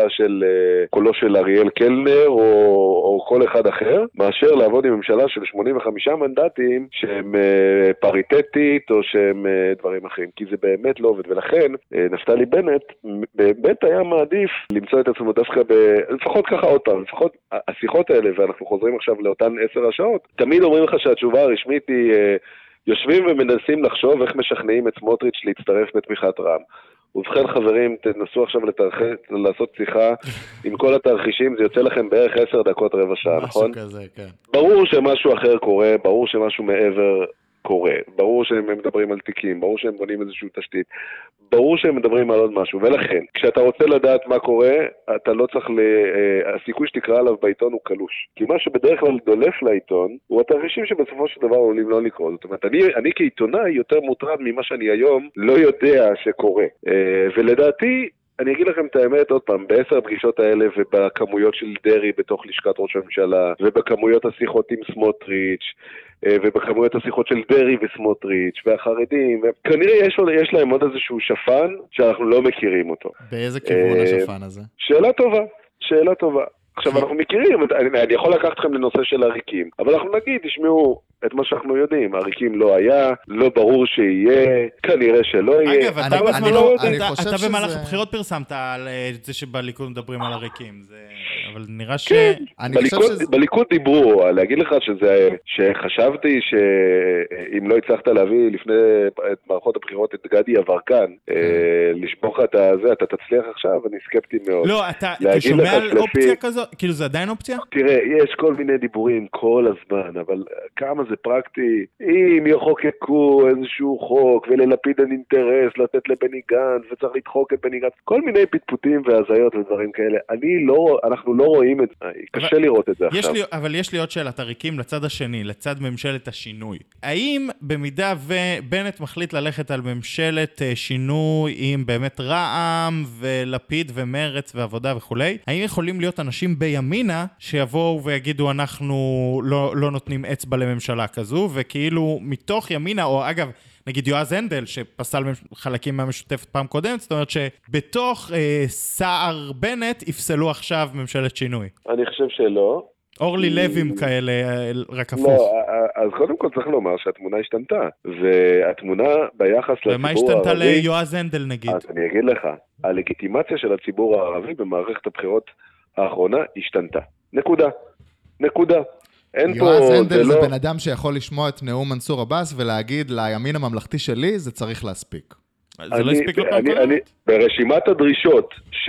[SPEAKER 4] קולו של אריאל קלנר או כל אחד אחר, מאשר לעבוד עם ממשלה של 85 מנדטים שהם פריטטית או שהם דברים אחרים, כי זה באמת לא עובד. ולכן נפתלי בנט באמת היה מעדיף למצוא את עצמו דווקא לפחות ככה עוד פעם, לפחות השיחות האלה, ואנחנו חוזרים עכשיו לאותן 10 השעות, תמיד אומרים לך שהתשובה הרשמית היא, יושבים ומנסים לחשוב איך משכנעים את סמוטריץ' להצטרף בתמיכת רע"מ. ובכן חברים, תנסו עכשיו לעשות שיחה עם כל התרחישים, זה יוצא לכם בערך 10 דקות, רבע שעה, נכון?
[SPEAKER 1] משהו כזה, כן.
[SPEAKER 4] ברור שמשהו אחר קורה, ברור שמשהו מעבר קורה, ברור שהם מדברים על תיקים, ברור שהם בונים איזושהי תשתית, ברור שהם מדברים על עוד משהו, ולכן, כשאתה רוצה לדעת מה קורה, אתה לא צריך הסיכוי שתקרא עליו בעיתון הוא קלוש. כי מה שבדרך כלל דולף לעיתון, הוא התרחישים שבסופו של דבר עולים לא לקרות. זאת אומרת, אני כעיתונאי יותר מוטרד ממה שאני היום לא יודע שקורה. ולדעתי, אני אגיד לכם את האמת עוד פעם, ב10 הפגישות האלה ובכמויות של דרי בתוך לשכת ראש הממשלה, ובכמויות השיחות עם סמוטריץ', ובכמויות השיחות של דרי וסמוטריץ' והחרדים, כנראה יש להם עוד איזשהו שפן שאנחנו לא מכירים אותו.
[SPEAKER 1] באיזה כיוון השפן הזה?
[SPEAKER 4] שאלה טובה. עכשיו אנחנו מכירים, אני יכול לקחת אתכם לנושא של עריקים, אבל אנחנו נגיד, תשמעו את מה שאנחנו יודעים, עריקים לא היה, לא ברור שיהיה, כנראה שלא יהיה.
[SPEAKER 2] אגב, אתה במהלך הבחירות פרסמת על זה שבליכוד מדברים על עריקים, אבל נראה ש...
[SPEAKER 4] בליכוד דיברו, להגיד לך שחשבתי שאם לא הצלחת להביא לפני מערכות הבחירות את גדי יברקן, לשפוך את זה, אתה תצליח עכשיו, אני סקפטי מאוד.
[SPEAKER 2] לא, אתה שומע על אופציה כזו? כאילו זה עדיין אופציה?
[SPEAKER 4] תראה, יש כל מיני דיבורים כל הזמן, אבל כמה זה פרקטי, אם יחוקקו איזשהו חוק וללפיד אין אינטרס לתת לבני גנץ וצריך לדחוק את בני גנץ, כל מיני פטפוטים והזיות ודברים כאלה, אנחנו לא רואים את זה, קשה לראות את זה עכשיו.
[SPEAKER 2] אבל יש לי עוד שאלת עריקים לצד השני, לצד ממשלת השינוי. האם במידה ובנט מחליט ללכת על ממשלת שינוי עם באמת רע"מ ולפיד ומרץ ועבודה וכו', האם יכולים להיות אנשים בימינה שיבואו ויגידו אנחנו לא נותנים אצבע לממשלה כזו, וכאילו מתוך ימינה, או אגב, נגיד יועז הנדל, שפסל חלקים מהמשותפת פעם קודמת, זאת אומרת שבתוך סער בנט יפסלו עכשיו ממשלת שינוי.
[SPEAKER 4] אני חושב שלא.
[SPEAKER 2] אורלי לוים כאלה, רק הפוך.
[SPEAKER 4] לא, אז קודם כל צריך לומר שהתמונה השתנתה, והתמונה ביחס לציבור הערבי...
[SPEAKER 2] ומה השתנתה ליועז הנדל נגיד?
[SPEAKER 4] אז אני אגיד לך, הלגיטימציה של הציבור הערבי במערכת הבחירות האחרונה השתנתה. נקודה.
[SPEAKER 1] יועז הנדל זה בן אדם שיכול לשמוע את נאום מנסור עבאס ולהגיד לימין הממלכתי שלי זה צריך להספיק.
[SPEAKER 2] זה לא הספיק לו פעם קודמת?
[SPEAKER 4] ברשימת הדרישות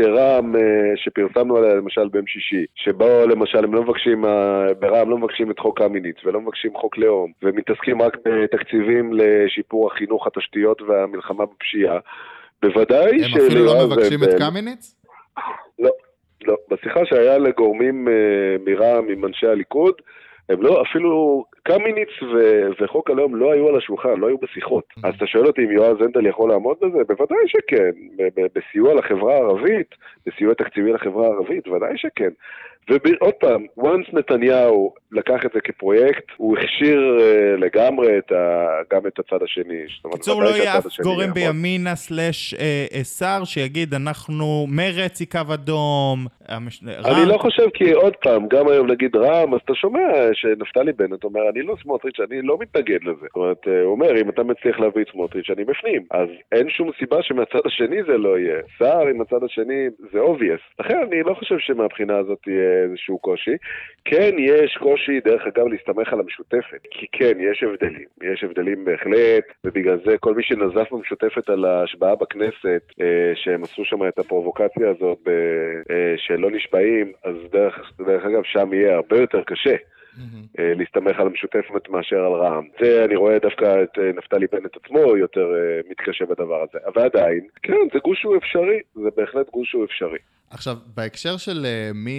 [SPEAKER 4] שפרסמנו עליה למשל ביום שישי, שבו למשל הם לא מבקשים, ברע"מ לא מבקשים את חוק קמיניץ ולא מבקשים חוק לאום, ומתעסקים רק בתקציבים לשיפור החינוך, התשתיות והמלחמה בפשיעה, בוודאי
[SPEAKER 1] הם אפילו לא מבקשים את קמיניץ?
[SPEAKER 4] לא. בשיחה שהיה לגורמים מרע"מ עם אנשי הליכוד, הם לא, אפילו קמיניץ וחוק הלאום לא היו על השולחן, לא היו בשיחות. אז אתה שואל אותי אם יועז הנדל יכול לעמוד בזה? בוודאי שכן. בסיוע לחברה הערבית, בסיוע תקציבי לחברה הערבית, ודאי שכן. ועוד פעם, once נתניהו לקח את זה כפרויקט, הוא הכשיר לגמרי גם את הצד השני.
[SPEAKER 2] קיצור, לא יהיה אף גורם בימינה /שר שיגיד, אנחנו מרץ היא קו אדום.
[SPEAKER 4] אני לא חושב כי עוד פעם, גם היום נגיד רע"מ, אז אתה שומע שנפתלי בנט אומר, אני לא סמוטריץ', אני לא מתנגד לזה. זאת אומרת, הוא אומר, אם אתה מצליח להביא את סמוטריץ', אני בפנים. אז אין שום סיבה שמהצד השני זה לא יהיה. שר עם הצד השני זה obvious. לכן אני לא חושב שמהבחינה הזאת יהיה איזשהו קושי. כן, יש קושי, דרך אגב, להסתמך על המשותפת. כי כן, יש הבדלים בהחלט, ובגלל זה כל מי שנזף במשותפת על ההשבעה בכנסת, שהם עשו שם את הפרובוקציה הזאת שלא נשבעים, אז דרך אגב, שם יהיה הרבה יותר קשה. להסתמך על המשותפת מאשר על רע"מ. זה אני רואה דווקא את נפתלי בנט עצמו יותר מתקשה בדבר הזה. אבל עדיין, כן, זה גוש שהוא אפשרי, זה בהחלט גוש שהוא אפשרי.
[SPEAKER 1] עכשיו, בהקשר של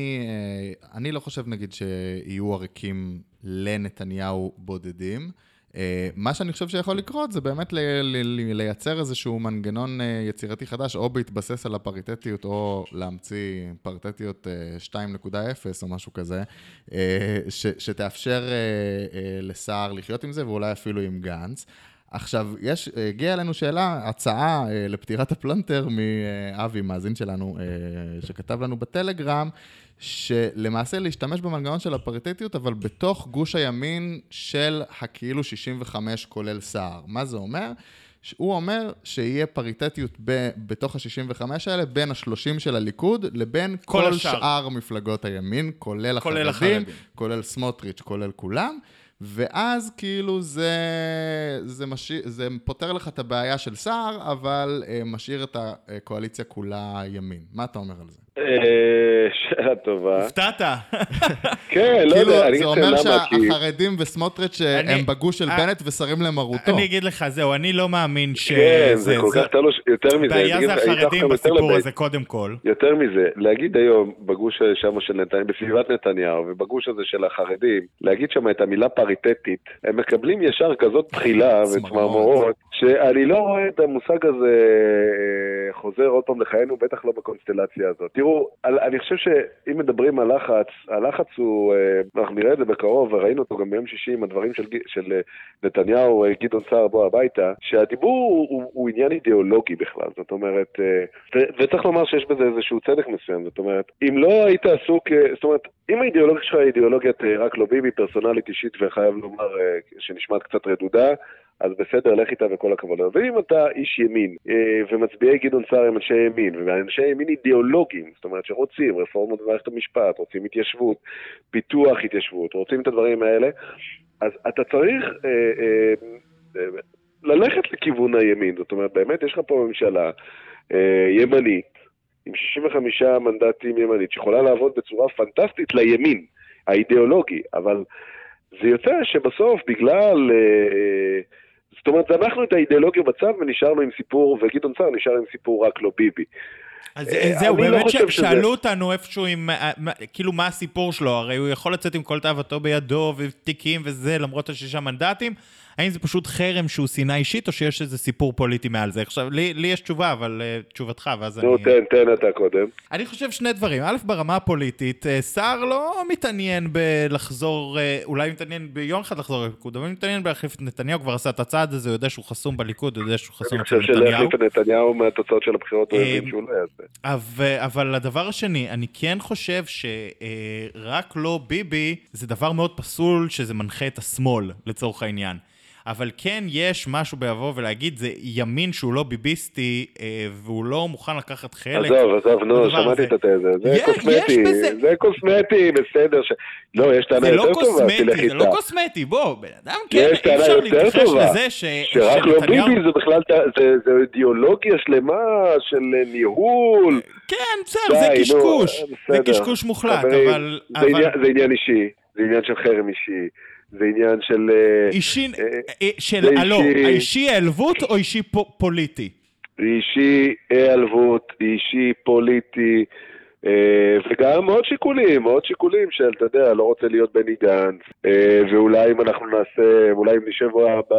[SPEAKER 1] אני לא חושב נגיד שיהיו עריקים לנתניהו בודדים, מה שאני חושב שיכול לקרות זה באמת לייצר איזשהו מנגנון יצירתי חדש, או בהתבסס על הפריטטיות, או להמציא פריטטיות 2.0 או משהו כזה, שתאפשר לשר לחיות עם זה, ואולי אפילו עם גנץ. עכשיו, הגיעה אלינו הצעה לפתירת הפלנטר מאבי, מאזין שלנו, שכתב לנו בטלגרם, שלמעשה להשתמש במנגנון של הפריטטיות, אבל בתוך גוש הימין של הכאילו 65 כולל סער. מה זה אומר? הוא אומר שיהיה פריטטיות בתוך ה-65 האלה, בין ה-30 של הליכוד, לבין כל שאר מפלגות הימין, כולל החרדים, כולל סמוטריץ', כולל כולם, ואז כאילו זה פותר לך את הבעיה של סער, אבל משאיר את הקואליציה כולה ימין. מה אתה אומר על זה?
[SPEAKER 4] שאלה טובה.
[SPEAKER 2] הפתעת.
[SPEAKER 4] כן, לא
[SPEAKER 1] כאילו,
[SPEAKER 4] יודע, אני
[SPEAKER 1] זה
[SPEAKER 4] אגיד
[SPEAKER 1] אומר
[SPEAKER 4] למה, כי...
[SPEAKER 1] שהחרדים וסמוטריץ' הם בגוש של בנט ושרים למרותו.
[SPEAKER 2] אני אגיד לך, זהו, אני לא מאמין
[SPEAKER 4] כן, זה כל כך תלוש, יותר מזה.
[SPEAKER 2] בעיה זה החרדים בסיפור הזה, קודם כל.
[SPEAKER 4] יותר מזה, להגיד היום בגוש שם של נתניהו, בסביבת נתניהו, ובגוש הזה של החרדים, להגיד שם את המילה פריטטית, הם מקבלים ישר כזאת תחילה וצמרמורות, שאני לא רואה את המושג הזה חוזר עוד פעם לחיינו, בטח לא בקונסטלציה הזאת. תראו, אני חושב שאם מדברים על לחץ, הלחץ הוא, אנחנו נראה את זה בקרוב, וראינו אותו גם ביום שישי עם הדברים של נתניהו, גדעון סער בוא הביתה, שהדיבור הוא עניין אידיאולוגי בכלל, זאת אומרת, וצריך לומר שיש בזה איזשהו צדק מסוים, זאת אומרת, אם לא היית עסוק, זאת אומרת, אם האידיאולוגיה שלך היא אידיאולוגיית רק לא ביבי, פרסונלית אישית, וחייב לומר שנשמעת קצת רדודה, אז בסדר, לך איתה וכל הכבוד. ואם אתה איש ימין, ומצביעי גדעון סער הם אנשי ימין, ואנשי ימין אידיאולוגיים, זאת אומרת שרוצים רפורמות במערכת המשפט, רוצים התיישבות, פיתוח התיישבות, רוצים את הדברים האלה, אז אתה צריך ללכת לכיוון הימין. זאת אומרת, באמת יש לך פה ממשלה ימנית, עם 65 מנדטים ימנית, שיכולה לעבוד בצורה פנטסטית לימין, האידיאולוגי, אבל זה יוצא שבסוף בגלל... זאת אומרת, אנחנו את האידיאולוגיה בצד ונשארנו עם סיפור, וגדעון סער נשאר עם סיפור רק לא ביבי.
[SPEAKER 2] אז זהו, באמת שאלו אותנו איפשהו עם, כאילו מה הסיפור שלו, הרי הוא יכול לצאת עם כל תאוותו בידו ותיקים וזה, למרות ה6 מנדטים, האם זה פשוט חרם שהוא שנאה אישית, או שיש איזה סיפור פוליטי מעל זה? עכשיו, לי יש תשובה, אבל תשובתך, ואז אני...
[SPEAKER 4] נו, תן אתה קודם.
[SPEAKER 2] אני חושב שני דברים. א', ברמה הפוליטית, סער לא מתעניין בלחזור, אולי מתעניין ביום אחד לחזור לליכוד, אבל מתעניין בהחליף את נתניהו, כבר עשה את הצעד הזה, הוא יודע שהוא חסום בליכוד, הוא יודע שהוא חסום אצל נתניהו.
[SPEAKER 4] אני חושב שלהחליף את נתניהו מהתוצאות של הבחירות, הוא הבין שהוא לא יעשה.
[SPEAKER 2] אבל הדבר השני, אני כן חושב שרק לא ביבי, זה דבר מאוד פסול שזה מנחה את השמאל, לצורך העניין. אבל כן יש משהו ביבוא ולהגיד, זה ימין שהוא לא ביביסטי, והוא לא מוכן לקחת חלק.
[SPEAKER 4] עזוב, נו, שמעתי את התזה. זה קוסמטי, זה קוסמטי, בסדר. לא, יש טענה יותר טובה, תלך איתה.
[SPEAKER 2] זה לא קוסמטי, בוא, בן אדם, כן, אי אפשר להתכחש לזה
[SPEAKER 4] שרק לא ביבי, זה בכלל, זה אידיאולוגיה שלמה של ניהול.
[SPEAKER 2] כן, בסדר, זה קשקוש. זה קשקוש מוחלט, אבל...
[SPEAKER 4] זה עניין אישי, זה עניין של חרם אישי. זה עניין של...
[SPEAKER 2] אישי העלבות או אישי פוליטי?
[SPEAKER 4] אישי העלבות, אישי פוליטי, וגם עוד שיקולים של, אתה יודע, לא רוצה להיות בני גנץ, ואולי אם אנחנו נעשה, אולי אם נשב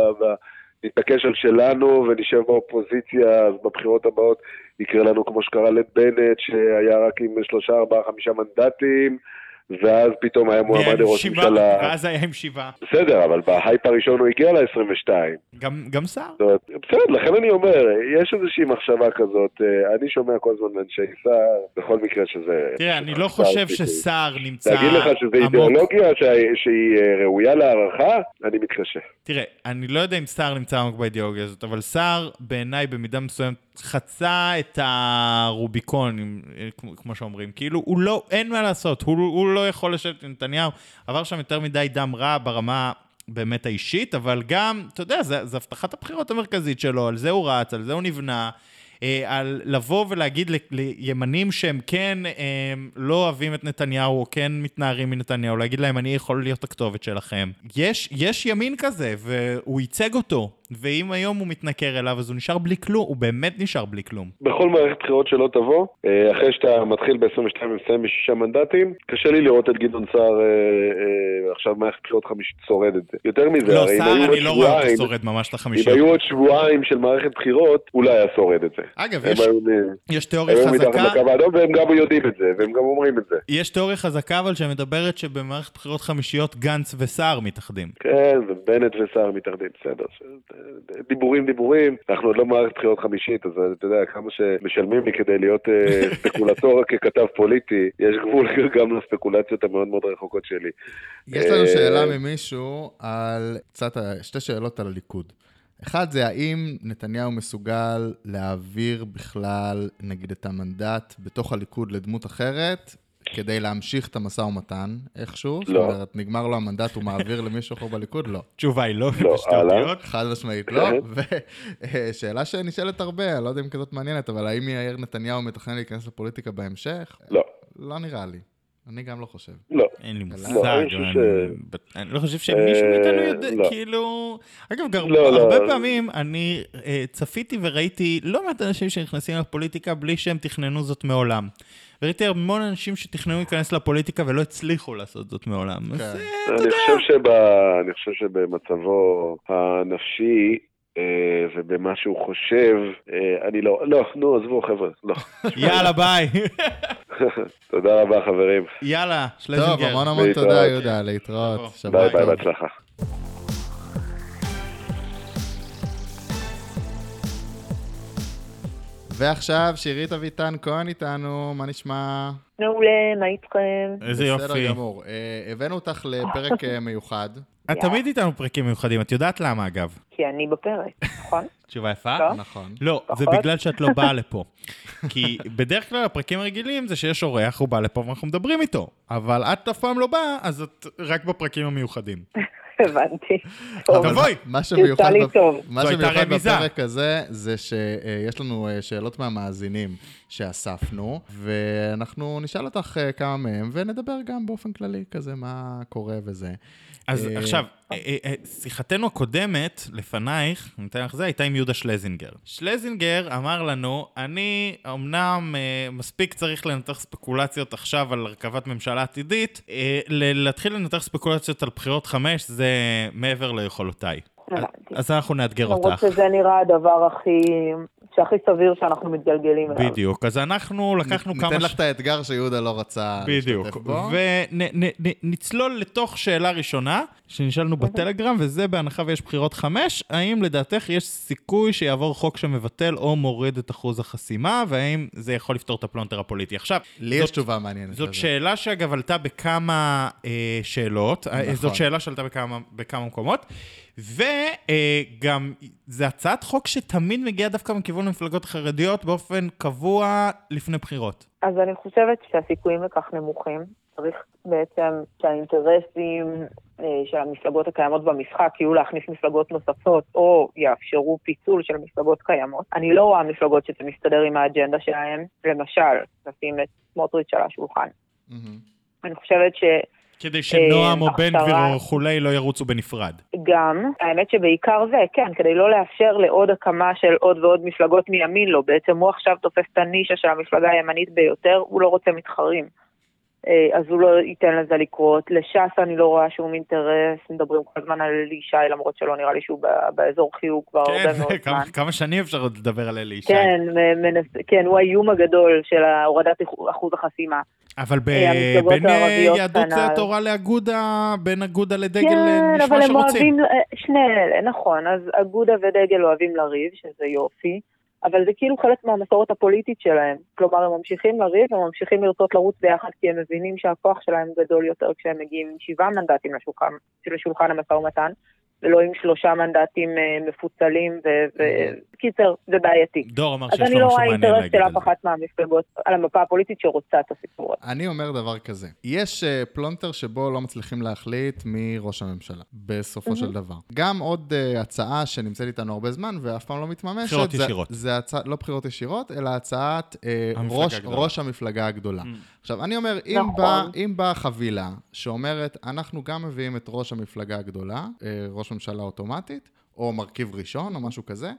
[SPEAKER 4] נתעקש על שלנו ונשב באופוזיציה, אז בבחירות הבאות יקרה לנו כמו שקרה לבנט, שהיה רק עם 3, 4, 5 מנדטים, ואז פתאום היה מועמד לראש ממשלה.
[SPEAKER 2] ואז היה עם 7.
[SPEAKER 4] בסדר, אבל בהייפ הראשון הוא הגיע ל-22.
[SPEAKER 2] גם סער?
[SPEAKER 4] בסדר, לכן אני אומר, יש איזושהי מחשבה כזאת, אני שומע כל הזמן מאנשי סער, בכל מקרה שזה...
[SPEAKER 2] תראה, אני לא חושב שסער נמצא עמוק.
[SPEAKER 4] להגיד לך שזה אידיאולוגיה שהיא ראויה להערכה, אני מתקשה.
[SPEAKER 2] תראה, אני לא יודע אם סער נמצא עמוק באידיאולוגיה הזאת, אבל סער בעיניי במידה מסוימת חצה את הרוביקון, כמו שאומרים, כאילו, אין מה לעשות, הוא לא יכול לשבת עם נתניהו, עבר שם יותר מדי דם רע ברמה באמת האישית, אבל גם, אתה יודע, זה הבטחת הבחירות המרכזית שלו, על זה הוא רץ, על זה הוא נבנה, על לבוא ולהגיד לימנים שהם כן לא אוהבים את נתניהו, או כן מתנערים מנתניהו, להגיד להם, אני יכול להיות הכתובת שלכם. יש ימין כזה, והוא ייצג אותו, ואם היום הוא מתנכר אליו, אז הוא נשאר בלי כלום, הוא באמת נשאר בלי כלום.
[SPEAKER 4] בכל מערכת בחירות שלא תבוא, אחרי שאתה מתחיל ב-22 ומסיים ב6 מנדטים, קשה לי לראות את גדעון סער עכשיו מערכת בחירות 5 שורד את זה. יותר מזה,
[SPEAKER 2] לא, סער אני לא רואה אותו שורד ממש ל50.
[SPEAKER 4] אם היו עוד שבועיים של מערכת בחירות, אולי היה שורד את זה.
[SPEAKER 2] אגב, יש תיאוריה חזקה,
[SPEAKER 4] והם גם יודעים את זה, והם גם אומרים את זה.
[SPEAKER 2] יש תיאוריה חזקה, אבל שמדברת שבמערכת בחירות 5 גנץ וסער מתאחדים.
[SPEAKER 4] כן, ובנט וסער מתאחדים, בסדר. דיבורים, אנחנו עוד לא מערכת בחירות 5, אז אתה יודע, כמה שמשלמים לי כדי להיות ספקולטור ככתב פוליטי, יש גבול גם לספקולציות המאוד מאוד רחוקות שלי.
[SPEAKER 1] יש לנו שאלה ממישהו על קצת, 2 שאלות על הליכוד. אחד זה האם נתניהו מסוגל להעביר בכלל, נגיד, את המנדט בתוך הליכוד לדמות אחרת, כדי להמשיך את המשא ומתן, איכשהו?
[SPEAKER 4] לא.
[SPEAKER 1] זאת אומרת, נגמר לו המנדט, הוא מעביר למישהו אחר בליכוד? לא.
[SPEAKER 2] תשובה היא לא,
[SPEAKER 4] לא,
[SPEAKER 2] בשתי
[SPEAKER 4] הלאה.
[SPEAKER 2] אותיות.
[SPEAKER 1] חד משמעית לא, ושאלה שנשאלת הרבה, אני לא יודע אם כזאת מעניינת, אבל האם יאיר נתניהו מתכנן להיכנס לפוליטיקה בהמשך?
[SPEAKER 4] לא.
[SPEAKER 1] לא נראה לי. אני גם לא חושב.
[SPEAKER 4] לא.
[SPEAKER 2] אין לי
[SPEAKER 1] לא,
[SPEAKER 2] מושג, אני לא חושב שמישהו מאיתנו יודע,
[SPEAKER 4] לא.
[SPEAKER 2] כאילו... אגב,
[SPEAKER 4] לא, לא.
[SPEAKER 2] הרבה פעמים אני צפיתי וראיתי לא מעט אנשים שנכנסים לפוליטיקה בלי שהם תכננו זאת מעולם. וראיתי המון אנשים שתכננו להיכנס לפוליטיקה ולא הצליחו לעשות זאת מעולם. אז אתה יודע.
[SPEAKER 4] אני חושב שבמצבו הנפשי, ובמה שהוא חושב, אני לא, נו, עזבו חבר'ה, לא.
[SPEAKER 2] יאללה, ביי.
[SPEAKER 4] תודה רבה חברים.
[SPEAKER 2] יאללה,
[SPEAKER 1] טוב,
[SPEAKER 2] שלזינגר.
[SPEAKER 1] המון תודה, יהודה, להתראות. שבוע
[SPEAKER 4] ביי ביי,
[SPEAKER 1] טוב.
[SPEAKER 4] בהצלחה.
[SPEAKER 1] ועכשיו שירית אביטן כהן איתנו, מה נשמע?
[SPEAKER 3] מעולה, מה איתכם?
[SPEAKER 2] איזה יופי.
[SPEAKER 1] בסדר גמור. הבאנו אותך לפרק מיוחד.
[SPEAKER 2] את תמיד איתנו פרקים מיוחדים, את יודעת למה אגב?
[SPEAKER 3] כי אני בפרק, נכון?
[SPEAKER 2] תשובה יפה?
[SPEAKER 3] לא.
[SPEAKER 1] נכון.
[SPEAKER 2] לא, זה
[SPEAKER 3] פחות.
[SPEAKER 2] בגלל שאת לא באה לפה. כי בדרך כלל הפרקים הרגילים זה שיש אורח, הוא בא לפה ואנחנו מדברים איתו. אבל את אף פעם לא באה, אז את רק בפרקים המיוחדים.
[SPEAKER 3] הבנתי. טוב.
[SPEAKER 2] תבואי.
[SPEAKER 1] מה שמיוחד
[SPEAKER 3] יצא לי טוב.
[SPEAKER 1] מה
[SPEAKER 2] זו הייתה
[SPEAKER 1] שמיוחד
[SPEAKER 2] רמיזה.
[SPEAKER 1] בפרק הזה, זה שיש לנו שאלות מהמאזינים שאספנו, ואנחנו נשאל אותך כמה מהם, ונדבר גם באופן כללי כזה מה קורה וזה.
[SPEAKER 2] אז עכשיו, שיחתנו הקודמת, לפנייך, נתן לך זה, הייתה עם יהודה שלזינגר. שלזינגר אמר לנו, אני אמנם מספיק צריך לנתח ספקולציות עכשיו על הרכבת ממשלה עתידית, להתחיל לנתח ספקולציות על בחירות 5, זה מעבר ליכולותיי.
[SPEAKER 3] הבנתי.
[SPEAKER 2] אז אנחנו נאתגר
[SPEAKER 3] למרות
[SPEAKER 2] אותך.
[SPEAKER 3] שזה נראה הדבר שהכי סביר שאנחנו מתגלגלים אליו.
[SPEAKER 2] בדיוק, אז אנחנו לקחנו כמה...
[SPEAKER 1] ניתן לך את האתגר שיהודה לא רצה
[SPEAKER 2] בדיוק,
[SPEAKER 1] להשתתף בו.
[SPEAKER 2] ונצלול לתוך שאלה ראשונה שנשאלנו בטלגרם, וזה בהנחה ויש בחירות 5, האם לדעתך יש סיכוי שיעבור חוק שמבטל או מוריד את אחוז החסימה, והאם זה יכול לפתור את הפלונטר הפוליטי? עכשיו,
[SPEAKER 1] לי יש תשובה מעניינת.
[SPEAKER 2] זאת
[SPEAKER 1] לזה.
[SPEAKER 2] שאלה שאגב עלתה בכמה שאלות, זאת שאלה שעלתה בכמה מקומות, וגם זה הצעת חוק שתמיד מגיעה דווקא מכיוון המפלגות החרדיות באופן קבוע לפני בחירות.
[SPEAKER 3] אז אני חושבת שהסיכויים לכך נמוכים. צריך בעצם שהאינטרסים של המפלגות הקיימות במשחק יהיו להכניס מפלגות נוספות, או יאפשרו פיצול של מפלגות קיימות. אני לא רואה מפלגות שזה מסתדר עם האג'נדה שלהם, למשל, לשים את סמוטריץ' על השולחן. אני חושבת
[SPEAKER 2] כדי שנועם או בן
[SPEAKER 3] הכשרה-
[SPEAKER 2] גביר או כולי לא ירוצו בנפרד.
[SPEAKER 3] גם, האמת שבעיקר זה, כן, כדי לא לאפשר לעוד הקמה של עוד ועוד מפלגות מימין לו, בעצם הוא עכשיו תופס את הנישה של המפלגה הימנית ביותר, הוא לא רוצה מתחרים. אז הוא לא ייתן לזה לקרות. לש"ס אני לא רואה שום אינטרס, מדברים כל הזמן על אלי ישי, למרות שלא נראה לי שהוא באזור חיוג כבר הרבה מאוד זמן.
[SPEAKER 2] כמה שנים אפשר עוד לדבר על אלי ישי.
[SPEAKER 3] כן, הוא האיום הגדול של הורדת אחוז החסימה.
[SPEAKER 2] אבל
[SPEAKER 3] המפלגות
[SPEAKER 2] בין
[SPEAKER 3] הערביות
[SPEAKER 2] יהדות
[SPEAKER 3] כנ"ל.
[SPEAKER 2] התורה לאגודה, בין אגודה לדגל,
[SPEAKER 3] כן, אבל
[SPEAKER 2] נשמע
[SPEAKER 3] הם
[SPEAKER 2] שרוצים.
[SPEAKER 3] אוהבים, שני אלה, נכון, אז אגודה ודגל אוהבים לריב, שזה יופי, אבל זה כאילו חלק מהמסורת הפוליטית שלהם. כלומר, הם ממשיכים לריב, הם ממשיכים לרצות לרוץ ביחד, כי הם מבינים שהכוח שלהם גדול יותר כשהם מגיעים עם 7 מנדטים לשולחן המשא ומתן, ולא עם 3 מנדטים מפוצלים, וקיצר, זה בעייתי.
[SPEAKER 2] דור אמר
[SPEAKER 3] אז
[SPEAKER 2] שיש
[SPEAKER 3] אני
[SPEAKER 2] לו
[SPEAKER 3] לא
[SPEAKER 2] משהו
[SPEAKER 3] רואה
[SPEAKER 2] מעניין
[SPEAKER 3] אינטרס
[SPEAKER 2] להגיד
[SPEAKER 3] של
[SPEAKER 2] על
[SPEAKER 3] אף
[SPEAKER 2] זה.
[SPEAKER 3] אחת מהמפלגות על המפה הפוליטית שרוצה את הסיפור הזה.
[SPEAKER 1] אני אומר דבר כזה, יש פלונטר שבו לא מצליחים להחליט מי ראש הממשלה, בסופו של דבר. גם עוד הצעה שנמצאת איתנו הרבה זמן ואף פעם לא מתממשת,
[SPEAKER 2] בחירות ישירות.
[SPEAKER 1] זה לא בחירות ישירות, אלא הצעת
[SPEAKER 2] המפלגה הגדולה.
[SPEAKER 1] ראש המפלגה הגדולה. עכשיו, אני אומר, אם באה חבילה שאומרת, אנחנו גם מביאים את ראש המפלגה הגדולה, ראש ממשלה אוטומטית, או מרכיב ראשון, או משהו כזה,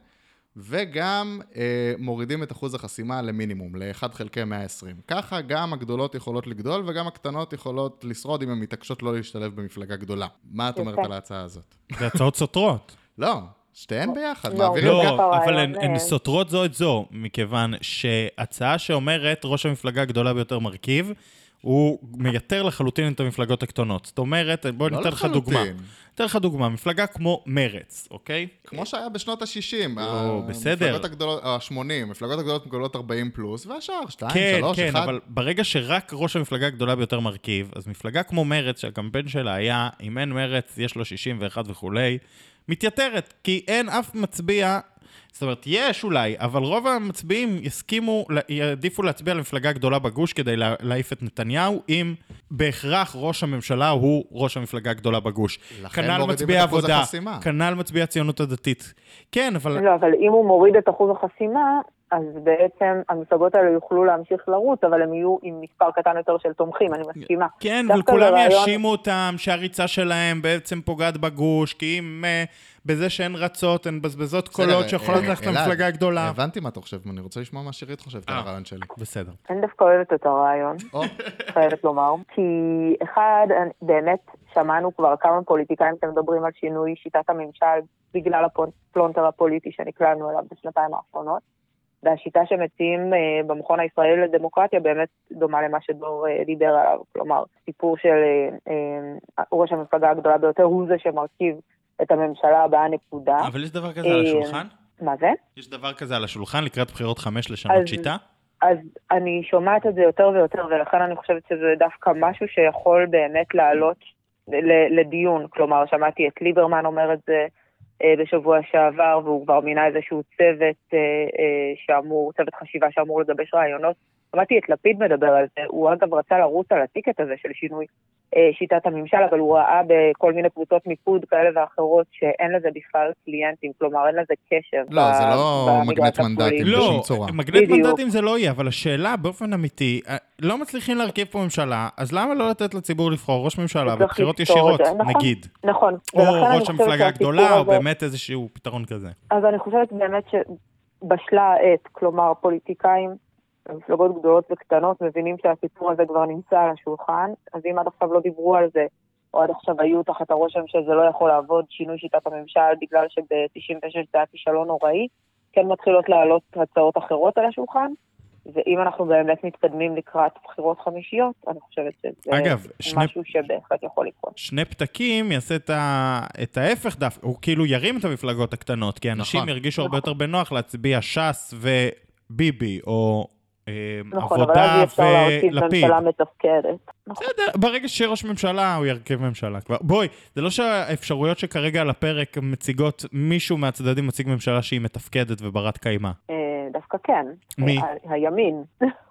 [SPEAKER 1] וגם מורידים את אחוז החסימה למינימום, ל1/120. ככה גם הגדולות יכולות לגדול, וגם הקטנות יכולות לשרוד אם הן מתעקשות לא להשתלב במפלגה גדולה. מה את אומרת על ההצעה הזאת?
[SPEAKER 2] זה הצעות סותרות.
[SPEAKER 1] לא, שתיהן ביחד.
[SPEAKER 3] לא,
[SPEAKER 1] מעבירים
[SPEAKER 2] לא,
[SPEAKER 3] ככה
[SPEAKER 2] אבל
[SPEAKER 3] רעיון,
[SPEAKER 2] הן סותרות זו את זו, מכיוון שהצעה שאומרת ראש המפלגה הגדולה ביותר מרכיב, הוא מייתר לחלוטין את המפלגות הקטנות. זאת אומרת, בואי ניתן לך דוגמה. ניתן לך דוגמה, מפלגה כמו מרץ, אוקיי?
[SPEAKER 1] כמו שהיה בשנות ה-60.
[SPEAKER 2] בסדר.
[SPEAKER 1] המפלגות הגדולות, ה-80, המפלגות הגדולות מקבלות 40 פלוס, והשאר, 2, 3, 1.
[SPEAKER 2] כן, אבל ברגע שרק ראש המפלגה הגדולה ביותר מרכיב, אז מפלגה כמו מרץ, שהקמפיין שלה היה, אם אין מרץ, יש לו 61 וכולי, מתייתרת, כי אין אף מצביע זאת אומרת, יש אולי, אבל רוב המצביעים יעדיפו להצביע למפלגה גדולה בגוש כדי להעיף את נתניהו, אם בהכרח ראש הממשלה הוא ראש המפלגה הגדולה בגוש. כנ"ל מצביע עבודה, כנ"ל מצביע הציונות הדתית. כן, אבל...
[SPEAKER 3] לא, אבל אם הוא מוריד את אחוז החסימה, אז בעצם המפלגות האלה יוכלו להמשיך לרוץ, אבל הם יהיו עם מספר קטן יותר של תומכים, אני מסכימה.
[SPEAKER 2] כן, וכולם יאשימו אותם שהריצה שלהם בעצם פוגעת בגוש, כי אם בזה שהן רצות, הן בזבזות קולות שיכולות ללכת למפלגה הגדולה.
[SPEAKER 1] הבנתי מה אתה חושב, אני רוצה לשמוע מה שירית חושבת על הרעיון שלי.
[SPEAKER 2] בסדר.
[SPEAKER 3] אני דווקא אוהבת את הרעיון, חייבת לומר, כי אחד, באמת שמענו כבר כמה פוליטיקאים שמדברים על שינוי שיטת הממשל, בגלל הפלונטר הפוליטי שנקלענו אליו בשנתיים האחרונות. והשיטה שמציעים במכון הישראלי לדמוקרטיה באמת דומה למה שדור דיבר עליו. כלומר, סיפור של ראש המפלגה הגדולה ביותר הוא זה שמרכיב את הממשלה הבאה נקודה.
[SPEAKER 2] אבל יש דבר כזה על השולחן?
[SPEAKER 3] מה זה?
[SPEAKER 2] יש דבר כזה על השולחן לקראת בחירות 5 לשנות שיטה?
[SPEAKER 3] אז אני שומעת את זה יותר ויותר, ולכן אני חושבת שזה דווקא משהו שיכול באמת לעלות לדיון. כלומר, שמעתי את ליברמן אומר את זה, בשבוע שעבר, והוא כבר מינה איזשהו צוות חשיבה שאמור לגבש רעיונות. שמעתי את לפיד מדבר על זה, הוא אגב רצה לרוץ על הטיקט הזה של שינוי שיטת הממשל, אבל הוא ראה בכל מיני קבוצות מיקוד כאלה ואחרות שאין לזה בכלל קליינטים, כלומר אין לזה קשר.
[SPEAKER 1] לא, זה לא מגנט מנדטים בשום צורה.
[SPEAKER 2] לא, מגנט מנדטים זה לא יהיה, אבל השאלה באופן אמיתי, לא מצליחים להרכיב פה ממשלה, אז למה לא לתת לציבור לבחור ראש ממשלה בבחירות ישירות, נגיד?
[SPEAKER 3] נכון.
[SPEAKER 2] או ראש המפלגה הגדולה, או באמת איזשהו פתרון כזה.
[SPEAKER 3] אז אני חושבת באמת שבשלה העת, כלומר פוליטיקאים, מפלגות גדולות וקטנות מבינים שהסיפור הזה כבר נמצא על השולחן, אז אם עד עכשיו לא דיברו על זה, או עד עכשיו היו תחת הרושם שזה לא יכול לעבוד שינוי שיטת הממשל, בגלל שב-96 זה היה כישלון נוראי, כן מתחילות לעלות הצעות אחרות על השולחן, ואם אנחנו באמת מתקדמים לקראת בחירות חמישיות, אני חושבת שזה
[SPEAKER 2] אגב,
[SPEAKER 3] משהו שבהחלט יכול לקרות.
[SPEAKER 2] שני פתקים יעשה את ההפך דווקא, הוא כאילו ירים את המפלגות הקטנות, כי אנשים ירגישו הרבה יותר בנוח להצביע ש"ס וביבי, או עבודה ולפיד. בסדר, ברגע שראש ממשלה הוא ירכב ממשלה כבר. בואי, זה לא שהאפשרויות שכרגע על הפרק מציגות, מישהו מהצדדים מציג ממשלה שהיא מתפקדת וברת קיימה.
[SPEAKER 3] דווקא כן.
[SPEAKER 2] מי?
[SPEAKER 3] הימין.